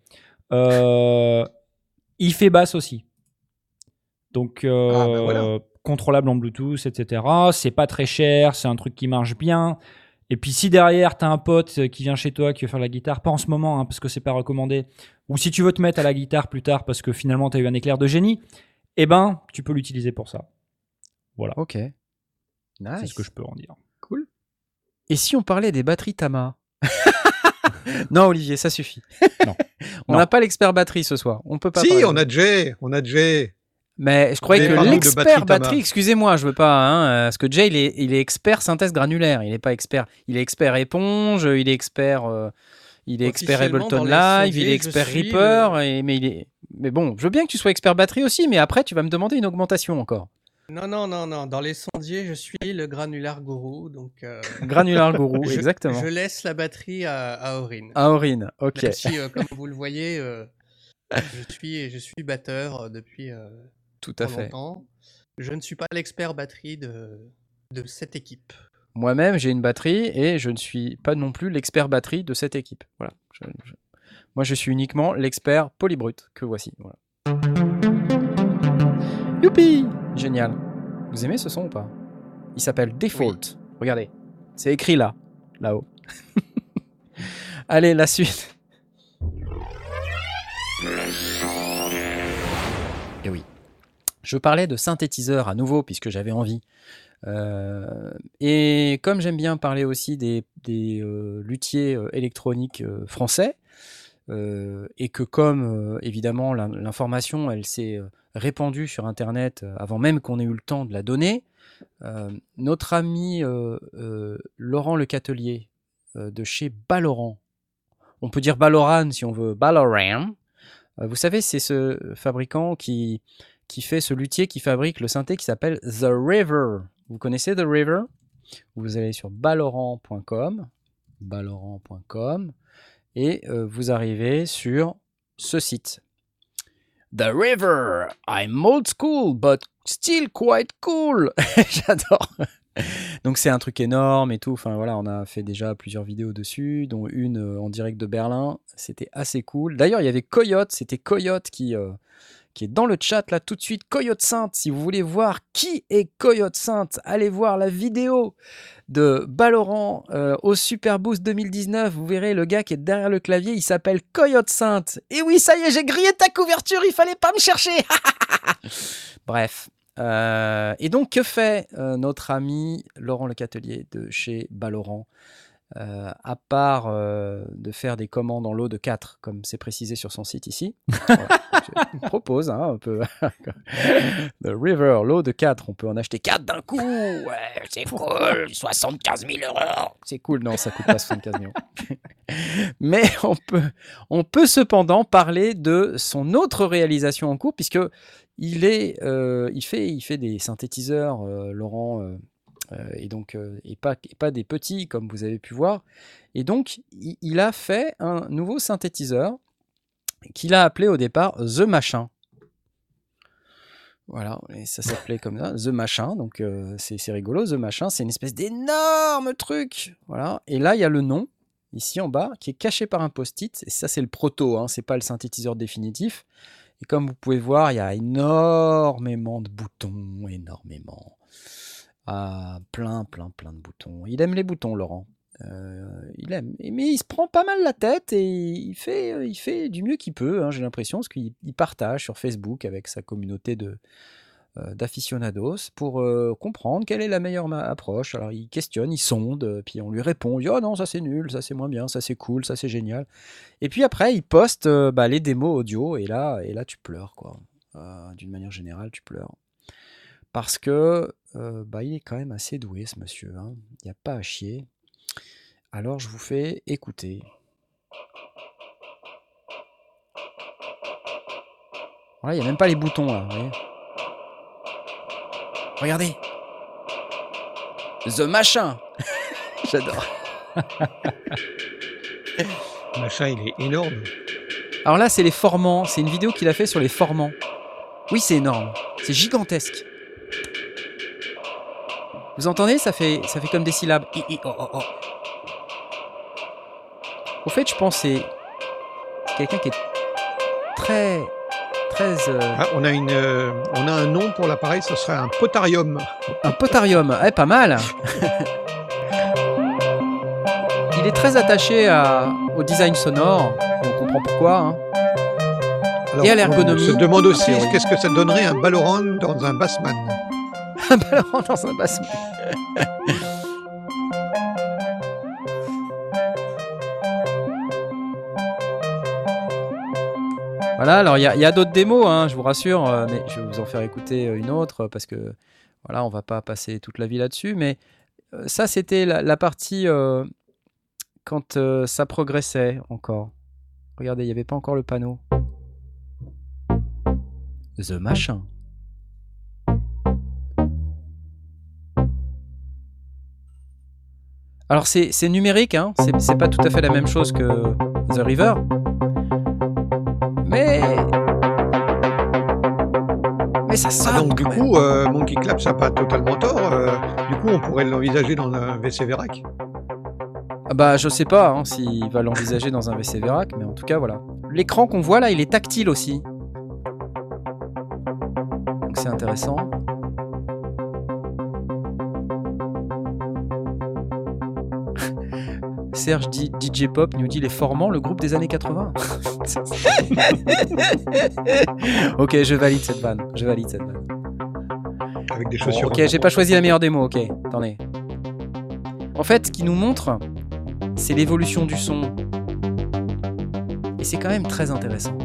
il fait basse aussi. Donc, ben voilà. contrôlable en Bluetooth, etc. C'est pas très cher, c'est un truc qui marche bien. Et puis, si derrière, tu as un pote qui vient chez toi, qui veut faire la guitare, pas en ce moment, hein, parce que c'est pas recommandé, ou si tu veux te mettre à la guitare plus tard parce que finalement, tu as eu un éclair de génie, eh ben, tu peux l'utiliser pour ça. Voilà. Ok. C'est Nice. ce que je peux en dire. Cool. Et si on parlait des batteries Tama? Non, Olivier, ça suffit. Non. On Non. n'a pas l'expert batterie ce soir. On peut pas. Si, parler on de- a Jay. Mais je croyais Mais que parle-nous de l'expert batterie batterie, Tama. excusez-moi, je veux pas, hein, parce que Jay, il est expert synthèse granulaire. Il est pas expert. Il est expert éponge. Il est expert. Il est expert Officiellement, Ableton dans les Live. Il sondiers, est je expert suis Reaper. Mais bon, je veux bien que tu sois expert batterie aussi, mais après, tu vas me demander une augmentation encore. Non. Dans les sondiers, je suis le granular gourou. Donc, Granular Guru, exactement. je laisse la batterie à Aurine. À Aurine, ok. Même si, comme vous le voyez, je suis batteur depuis Tout à trop fait. longtemps. Je ne suis pas l'expert batterie de cette équipe. Moi-même, j'ai une batterie et je ne suis pas non plus l'expert batterie de cette équipe. Voilà. Moi, je suis uniquement l'expert polybrut que voici. Voilà. Youpi! Génial. Vous aimez ce son ou pas? Il s'appelle Default. Regardez. C'est écrit là. Là-haut. Allez, la suite. Et oui. Je parlais de synthétiseur à nouveau puisque j'avais envie. Et comme j'aime bien parler aussi des luthiers électroniques français, et que comme évidemment l'information elle s'est répandue sur Internet avant même qu'on ait eu le temps de la donner, notre ami Laurent Lecatelier de chez Ballorant, on peut dire Balloran si on veut, Ballorant, vous savez c'est ce fabricant qui fait ce luthier qui fabrique le synthé qui s'appelle The River. Vous connaissez The River? Vous allez sur ballorant.com et vous arrivez sur ce site. The River, I'm old school but still quite cool. J'adore. Donc c'est un truc énorme et tout. Enfin voilà, on a fait déjà plusieurs vidéos dessus, dont une en direct de Berlin. C'était assez cool. D'ailleurs, il y avait Coyote. C'était Coyote qui est dans le chat là tout de suite. Coyote Sainte, si vous voulez voir qui est Coyote Sainte, allez voir la vidéo de Ballorant au Super Boost 2019. Vous verrez le gars qui est derrière le clavier, il s'appelle Coyote Sainte. Et oui, ça y est, j'ai grillé ta couverture, il fallait pas me chercher. Bref. Et donc, que fait notre ami Laurent Lecatelier de chez Ballorant, à part de faire des commandes en lot de 4, comme c'est précisé sur son site ici. Voilà, je propose un peu. The River, lot de 4, on peut en acheter 4 d'un coup. Ouais, c'est cool, 75 000 €. C'est cool, non, ça coûte pas 75 millions. Mais on peut cependant parler de son autre réalisation en cours, puisque il fait des synthétiseurs, Laurent, et donc et pas des petits comme vous avez pu voir. Et donc il a fait un nouveau synthétiseur qu'il a appelé au départ The Machin. Voilà, et ça s'appelait comme ça, The Machin. Donc c'est rigolo, The Machin, c'est une espèce d'énorme truc. Voilà, et là il y a le nom ici en bas qui est caché par un post-it. Et ça c'est le proto, hein, c'est pas le synthétiseur définitif. Et comme vous pouvez voir, il y a énormément de boutons, énormément. Ah, plein de boutons. Il aime les boutons, Laurent. Il aime. Mais il se prend pas mal la tête et il fait du mieux qu'il peut, hein, j'ai l'impression, parce qu'il partage sur Facebook avec sa communauté d'aficionados pour comprendre quelle est la meilleure approche. Alors il questionne, il sonde, puis on lui répond, il dit, oh non, ça c'est nul, ça c'est moins bien, ça c'est cool, ça c'est génial. Et puis après, il poste les démos audio et là tu pleures, quoi. D'une manière générale, tu pleures. Parce que il est quand même assez doué, ce monsieur. Hein. Il n'y a pas à chier. Alors, je vous fais écouter. Voilà, il n'y a même pas les boutons, là, vous voyez. Regardez. The Machin. J'adore. Le machin, il est énorme. Alors là, c'est les formants. C'est une vidéo qu'il a fait sur les formants. Oui, c'est énorme. C'est gigantesque. Vous entendez? Ça fait comme des syllabes. Oh, oh, oh. Au fait, je pense que c'est quelqu'un qui est très... on a un nom pour l'appareil, ce serait un potarium. Un potarium, pas mal. Il est très attaché au design sonore, on comprend pourquoi. Hein. Alors, et à l'ergonomie. On se demande aussi qu'est-ce que ça donnerait un Ballorand dans un Bassman. Un Ballorand dans un Bassman. Voilà, alors il y a d'autres démos, hein, je vous rassure, mais je vais vous en faire écouter une autre parce que voilà, on va pas passer toute la vie là-dessus. Mais ça, c'était la partie quand ça progressait encore. Regardez, il n'y avait pas encore le panneau. The Machin. Alors c'est numérique, hein, c'est pas tout à fait la même chose que The River. Mais ça sonne. Donc du coup, Monkey Clap, ça n'a pas totalement tort. Du coup, on pourrait l'envisager dans un WC Verac. Ah bah, je sais pas hein, s'il va l'envisager dans un WC Verac, mais en tout cas, voilà. L'écran qu'on voit là, il est tactile aussi. Donc c'est intéressant. Serge dit DJ Pop nous dit les formants, le groupe des années 80. Ok, je valide cette vanne. Avec des chaussures. Ok, j'ai pas choisi la meilleure démo. Ok, attendez. En fait, ce qui nous montre, c'est l'évolution du son. Et c'est quand même très intéressant.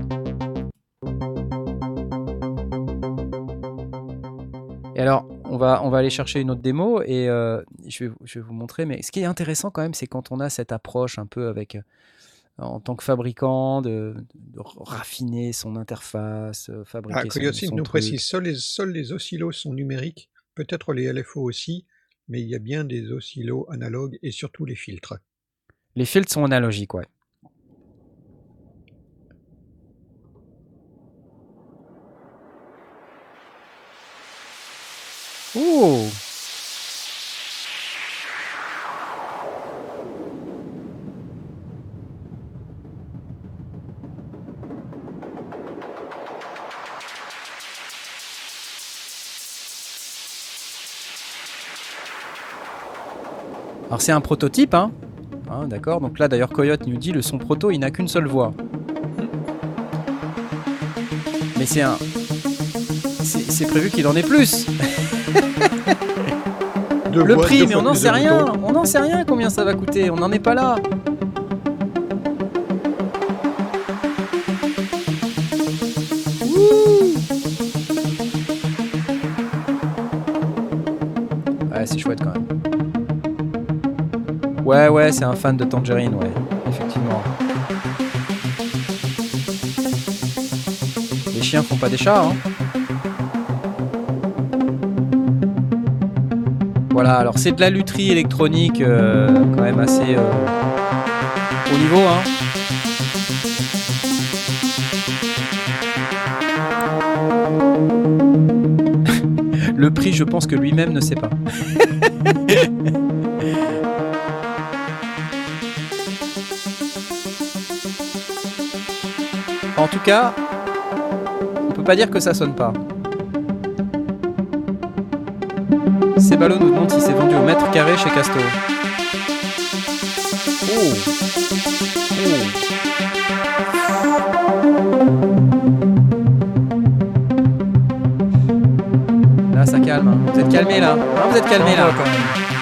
Et alors, on va aller chercher une autre démo et je vais vous montrer. Mais ce qui est intéressant quand même, c'est quand on a cette approche un peu avec, en tant que fabricant, de raffiner son interface, fabriquer son nous truc. précise, seuls les oscillos sont numériques, peut-être les LFO aussi, mais il y a bien des oscillos analogues et surtout les filtres. Les filtres sont analogiques, ouais. Oh! Alors c'est un prototype, hein, d'accord. Donc là d'ailleurs Coyote nous dit le son proto il n'a qu'une seule voix. Mais c'est prévu qu'il en ait plus. Le prix, mais on n'en sait rien. On n'en sait rien combien ça va coûter. On n'en est pas là. Ouh. Ouais, c'est chouette quand même. Ouais, c'est un fan de Tangerine, ouais, effectivement. Les chiens font pas des chats, hein. Voilà, alors c'est de la lutherie électronique quand même assez haut niveau, hein. Le prix, je pense que lui-même ne sait pas. En tout cas, on peut pas dire que ça sonne pas. Cébalo nous demande si c'est vendu au mètre carré chez Casto. Oh. Là, ça calme. Hein. Vous êtes calmés là. Non, vous êtes calmés là. Quand même.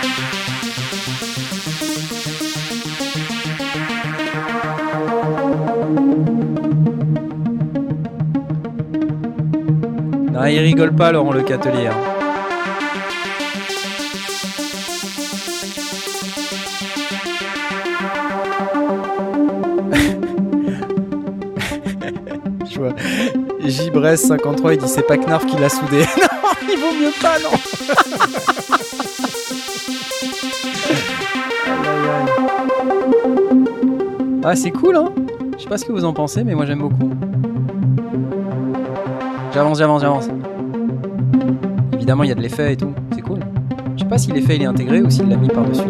Non, il rigole pas, Laurent Le Catelier. Hein. Brest 53, il dit c'est pas Knarf qui l'a soudé. Non, il vaut mieux pas, non. Ah, c'est cool, hein. Je sais pas ce que vous en pensez, mais moi j'aime beaucoup. J'avance. Évidemment, il y a de l'effet et tout. C'est cool. Je sais pas si l'effet il est intégré ou s'il l'a mis par-dessus.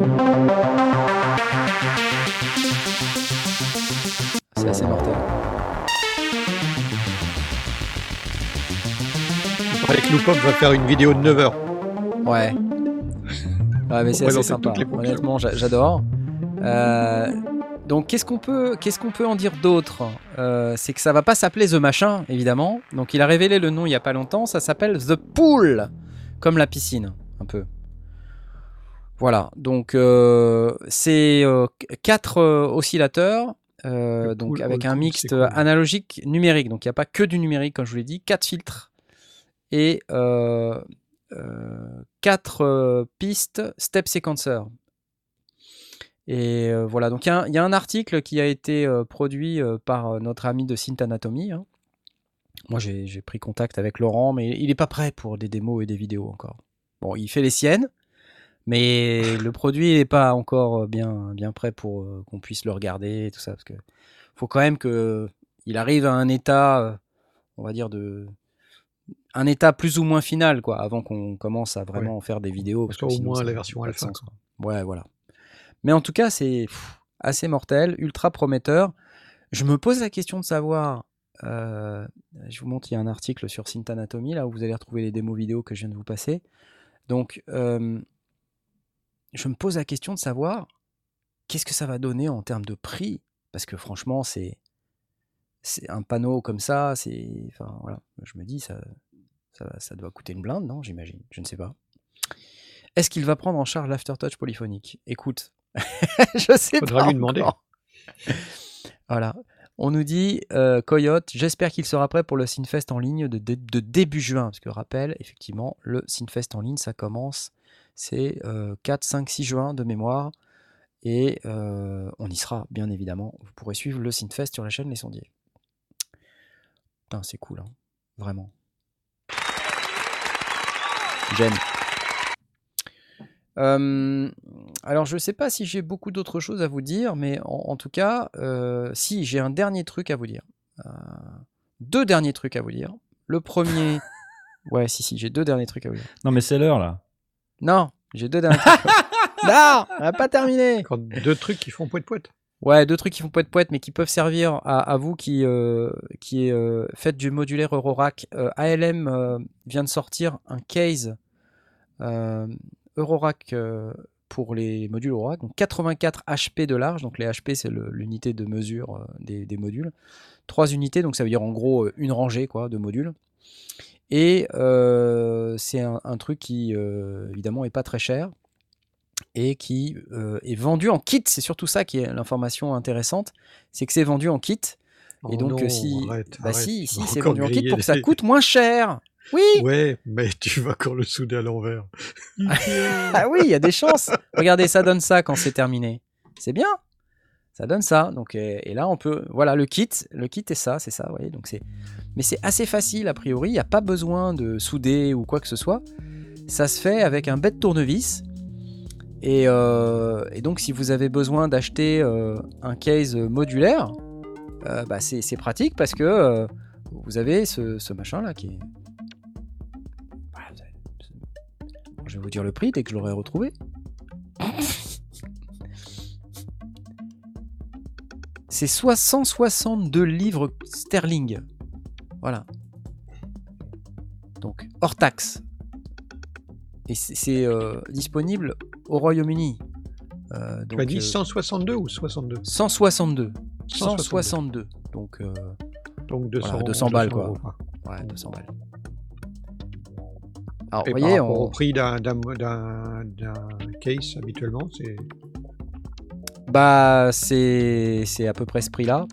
C'est assez mortel. Il paraît que Loopop va faire une vidéo de 9 heures. Ouais. Ouais, mais c'est assez sympa. Honnêtement, j'adore. Donc, qu'est-ce qu'on peut en dire d'autre ? C'est que ça va pas s'appeler The Machin, évidemment. Donc, il a révélé le nom il y a pas longtemps. Ça s'appelle The Pool, comme la piscine, un peu. Voilà. Donc, c'est 4 oscillateurs. Donc avec un mixte analogique numérique, donc il n'y a pas que du numérique comme je vous l'ai dit, 4 filtres et 4 pistes step sequencer. Et voilà, donc il y a un article qui a été produit par notre ami de Synth Anatomy, hein. Moi j'ai pris contact avec Laurent, mais il n'est pas prêt pour des démos et des vidéos encore. Bon, il fait les siennes, mais le produit n'est pas encore bien prêt pour qu'on puisse le regarder et tout ça, parce que faut quand même qu'il arrive à un état, on va dire un état plus ou moins final, quoi, avant qu'on commence à vraiment faire des vidéos, parce que au moins la version alpha. Ouais, voilà. Mais en tout cas, c'est assez mortel, ultra prometteur. Je me pose la question de savoir. Je vous montre, il y a un article sur Synth Anatomy là où vous allez retrouver les démos vidéo que je viens de vous passer. Donc je me pose la question de savoir qu'est-ce que ça va donner en termes de prix, parce que franchement c'est un panneau comme ça, enfin voilà, je me dis ça doit coûter une blinde, non, j'imagine, je ne sais pas. Est-ce qu'il va prendre en charge l'aftertouch polyphonique ? Écoute, je sais pas. Faudra lui demander. Voilà. On nous dit Coyote, j'espère qu'il sera prêt pour le Synfest en ligne de début juin, parce que rappel, effectivement, le Synfest en ligne, ça commence, c'est 4, 5, 6 juin de mémoire, et on y sera, bien évidemment. Vous pourrez suivre le Synfest sur la chaîne Les Sondiers. Putain, c'est cool, hein. Vraiment. J'aime. Alors je sais pas si j'ai beaucoup d'autres choses à vous dire, mais en tout cas, si j'ai un dernier truc à vous dire, 2 derniers trucs à vous dire. Le premier, ouais, si, j'ai 2 derniers trucs à vous dire. Non, mais c'est l'heure là. Non, j'ai 2 derniers trucs. Non, on n'a pas terminé. 2 trucs qui font poète-poète. Ouais, 2 trucs qui font poète-poète, mais qui peuvent servir à vous qui faites du modulaire Eurorack. ALM vient de sortir un case Eurorack pour les modules Eurorack, donc 84 HP de large, donc les HP c'est l'unité de mesure des modules, 3 unités, donc ça veut dire en gros une rangée quoi, de modules, et c'est un truc qui évidemment est pas très cher, et qui est vendu en kit, c'est surtout ça qui est l'information intéressante, c'est que c'est vendu en kit, et donc arrête, si c'est vendu en kit pour que ça coûte moins cher. Oui. Ouais, mais tu vas encore le souder à l'envers. Ah oui, il y a des chances. Regardez, ça donne ça quand c'est terminé. C'est bien. Ça donne ça. Donc, et là, on peut... Voilà, le kit est ça, c'est ça. Voyez, donc mais c'est assez facile, a priori. Il n'y a pas besoin de souder ou quoi que ce soit. Ça se fait avec un bête tournevis. Et donc, si vous avez besoin d'acheter un case modulaire, c'est pratique parce que vous avez ce machin-là qui est... Je vais vous dire le prix dès que je l'aurai retrouvé. C'est 162 livres sterling. Voilà. Donc, hors taxe. Et c'est disponible au Royaume-Uni. Tu as dit 162 ou 62 ? 162. 162. Donc 200 balles, quoi. Ouais, 200 balles. Alors, et voyez, par rapport au prix d'un case, habituellement, c'est... Bah, c'est à peu près ce prix-là.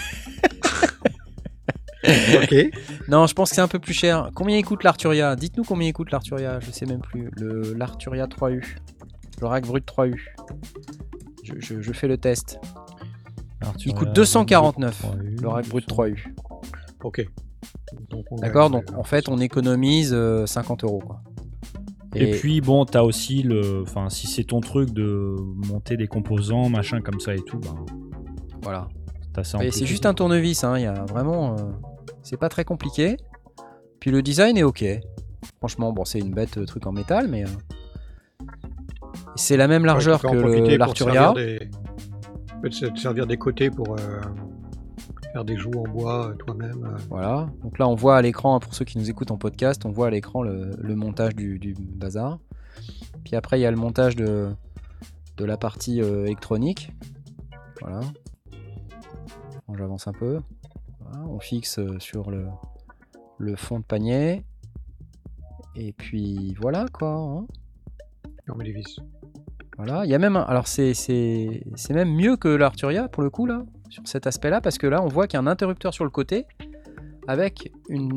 Ok. Non, je pense que c'est un peu plus cher. Combien il coûte l'Arturia ? Dites-nous combien il coûte l'Arturia, je sais même plus. L'Arturia 3U. Le rack brut 3U. Je fais le test. Arturia, il coûte 249, le rack brut 3U. Ok. Donc on D'accord, gagne, donc en fait on économise 50 €, quoi. Et puis bon, t'as aussi enfin, si c'est ton truc de monter des composants, machin comme ça et tout, ben voilà. T'as ça en Et plus c'est juste aussi. un tournevis, hein. Il y a vraiment, c'est pas très compliqué. Puis le design est ok. Franchement, bon, c'est une bête truc en métal, mais c'est la même largeur tu peux en que profiter pour l'Arturia. Tu peux te servir des côtés pour faire des joues en bois toi-même. Voilà, donc là on voit à l'écran, pour ceux qui nous écoutent en podcast, on voit à l'écran le montage du bazar. Puis après il y a le montage de la partie électronique. Voilà. Bon, j'avance un peu. Voilà, on fixe sur le fond de panier. Et puis voilà quoi. Hein. On met les vis. Voilà, il y a même alors c'est même mieux que l'Arturia pour le coup là, sur cet aspect-là, parce que là on voit qu'il y a un interrupteur sur le côté avec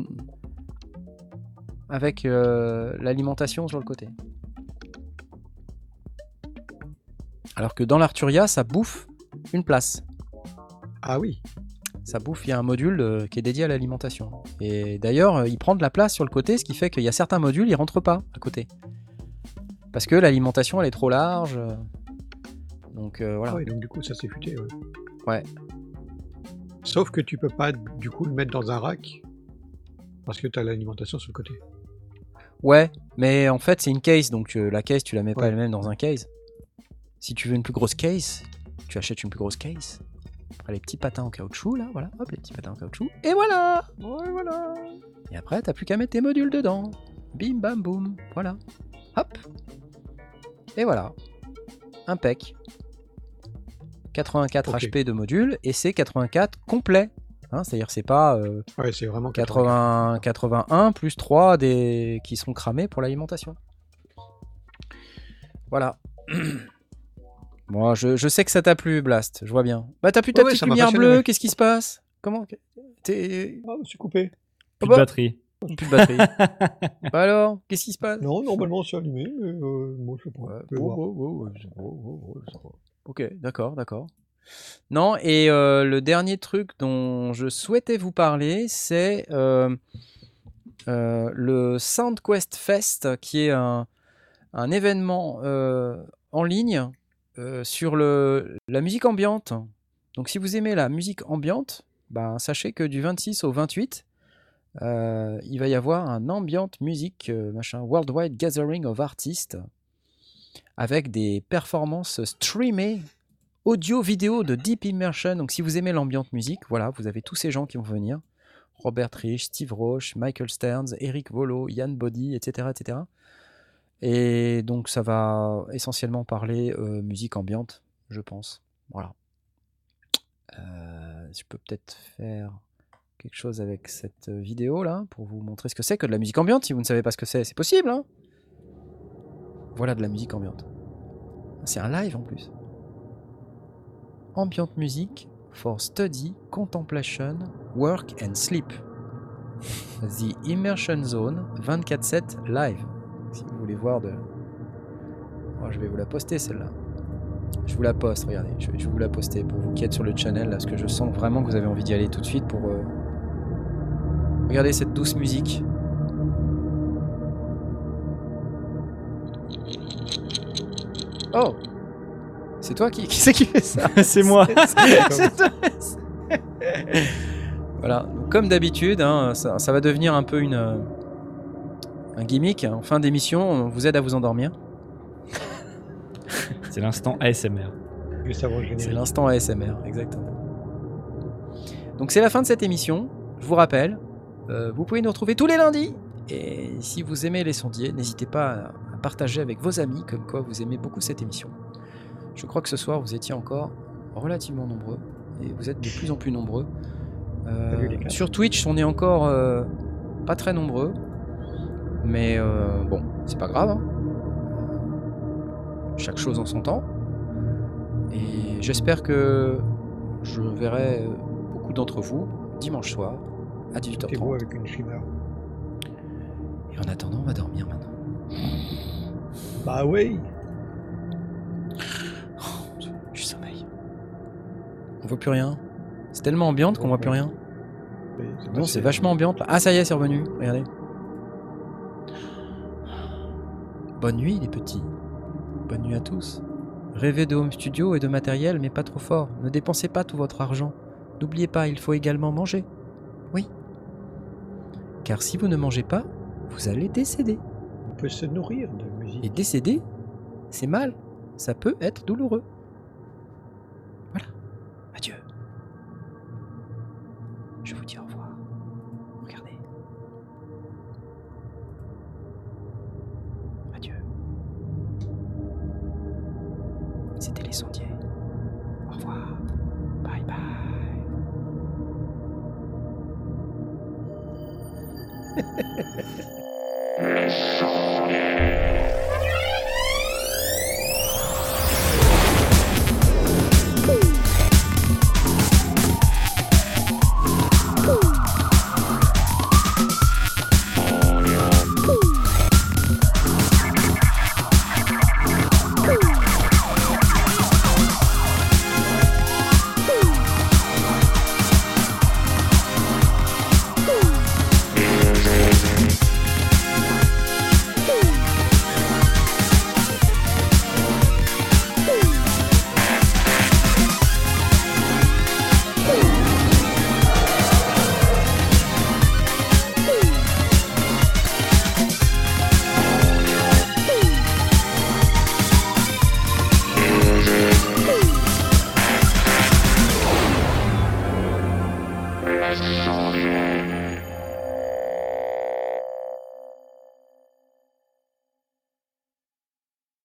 l'alimentation sur le côté. Alors que dans l'Arturia, ça bouffe une place. Ah oui. Ça bouffe, il y a un module qui est dédié à l'alimentation. Et d'ailleurs, il prend de la place sur le côté, ce qui fait qu'il y a certains modules, ils rentrent pas à côté. Parce que l'alimentation, elle est trop large. Donc voilà. Ah oui, donc du coup, ça s'est futé. Ouais. Ouais. Sauf que tu peux pas, du coup, le mettre dans un rack. Parce que tu as l'alimentation sur le côté. Ouais, mais en fait, c'est une case. Donc la case, tu la mets pas Ouais. elle-même dans un case. Si tu veux une plus grosse case, tu achètes une plus grosse case. Après les petits patins en caoutchouc, là, voilà, hop, les petits patins en caoutchouc, et voilà. Ouais, voilà. Et après, t'as plus qu'à mettre tes modules dedans. Bim, bam, boum, voilà. Hop. Et voilà. Impec. 84 Ok. HP de module, et c'est 84 complet. Hein, c'est-à-dire c'est pas Ouais, c'est vraiment 81 plus 3 qui sont cramés pour l'alimentation. Voilà. Moi, je sais que ça t'a plu, Blast, je vois bien. Bah, t'as plus ta Ouais, petite ça m'a lumière passionné, bleue, ouais. qu'est-ce qui se passe? Comment? T'es... Ah, je me suis coupé. Plus bah. de batterie. Plus de batterie. Bah alors, qu'est-ce qui se passe? Non, normalement c'est allumé, mais moi je sais pas. Ouais, Je vais voir. Ok, d'accord. Non, et le dernier truc dont je souhaitais vous parler, c'est le SoundQuest Fest, qui est un événement en ligne sur la musique ambiante. Donc si vous aimez la musique ambiante, ben, sachez que du 26 au 28, il va y avoir un ambient music Worldwide Gathering of Artists avec des performances streamées audio-vidéo de Deep Immersion. Donc si vous aimez l'ambiante musique, voilà, vous avez tous ces gens qui vont venir. Robert Rich, Steve Roche, Michael Stearns, Eric Volo, Ian Boddy, etc., etc. Et donc ça va essentiellement parler musique ambiante, je pense. Voilà. Je peux peut-être faire quelque chose avec cette vidéo là pour vous montrer ce que c'est que de la musique ambiante. Si vous ne savez pas ce que c'est possible. Hein. Voilà de la musique ambiante. C'est un live en plus. Ambient music for study, contemplation, work and sleep. The Immersion Zone 24/7 live. Si vous voulez voir de... Oh, je vais vous la poster celle-là. Je vous la poste, regardez. Je vais vous la poster pour vous qui êtes sur le channel, là, parce que je sens vraiment que vous avez envie d'y aller tout de suite pour... Regardez cette douce musique. Oh! C'est toi qui c'est qui fait ça? C'est moi. C'est toi. Voilà. Donc, comme d'habitude, hein, ça va devenir un peu un gimmick. En fin d'émission, on vous aide à vous endormir. C'est l'instant ASMR. C'est l'instant ASMR, exactement. Donc c'est la fin de cette émission. Je vous rappelle, vous pouvez nous retrouver tous les lundis. Et si vous aimez les sondiers, n'hésitez pas à partager avec vos amis comme quoi vous aimez beaucoup cette émission. Je crois que ce soir, vous étiez encore relativement nombreux. Et vous êtes de plus en plus nombreux. Sur Twitch, on est encore pas très nombreux. Mais bon, c'est pas grave. Hein. Chaque chose en son temps. Et j'espère que je verrai beaucoup d'entre vous dimanche soir à 18h30. Avec une chimère. Et en attendant, on va dormir maintenant. Bah oui. Du sommeil. On voit plus rien. C'est tellement ambiante qu'on voit plus rien. Non, c'est vachement ambiante là. Ah, ça y est, c'est revenu. Regardez. Bonne nuit, les petits. Bonne nuit à tous. Rêvez de home studio et de matériel, mais pas trop fort. Ne dépensez pas tout votre argent. N'oubliez pas, il faut également manger. Oui. Car si vous ne mangez pas, vous allez décéder. On peut se nourrir de musique. Et décéder, c'est mal. Ça peut être douloureux. Voilà. Adieu. Je vous dis au revoir. Regardez. Adieu. C'était les sondiers. Au revoir. Bye bye. Let's go.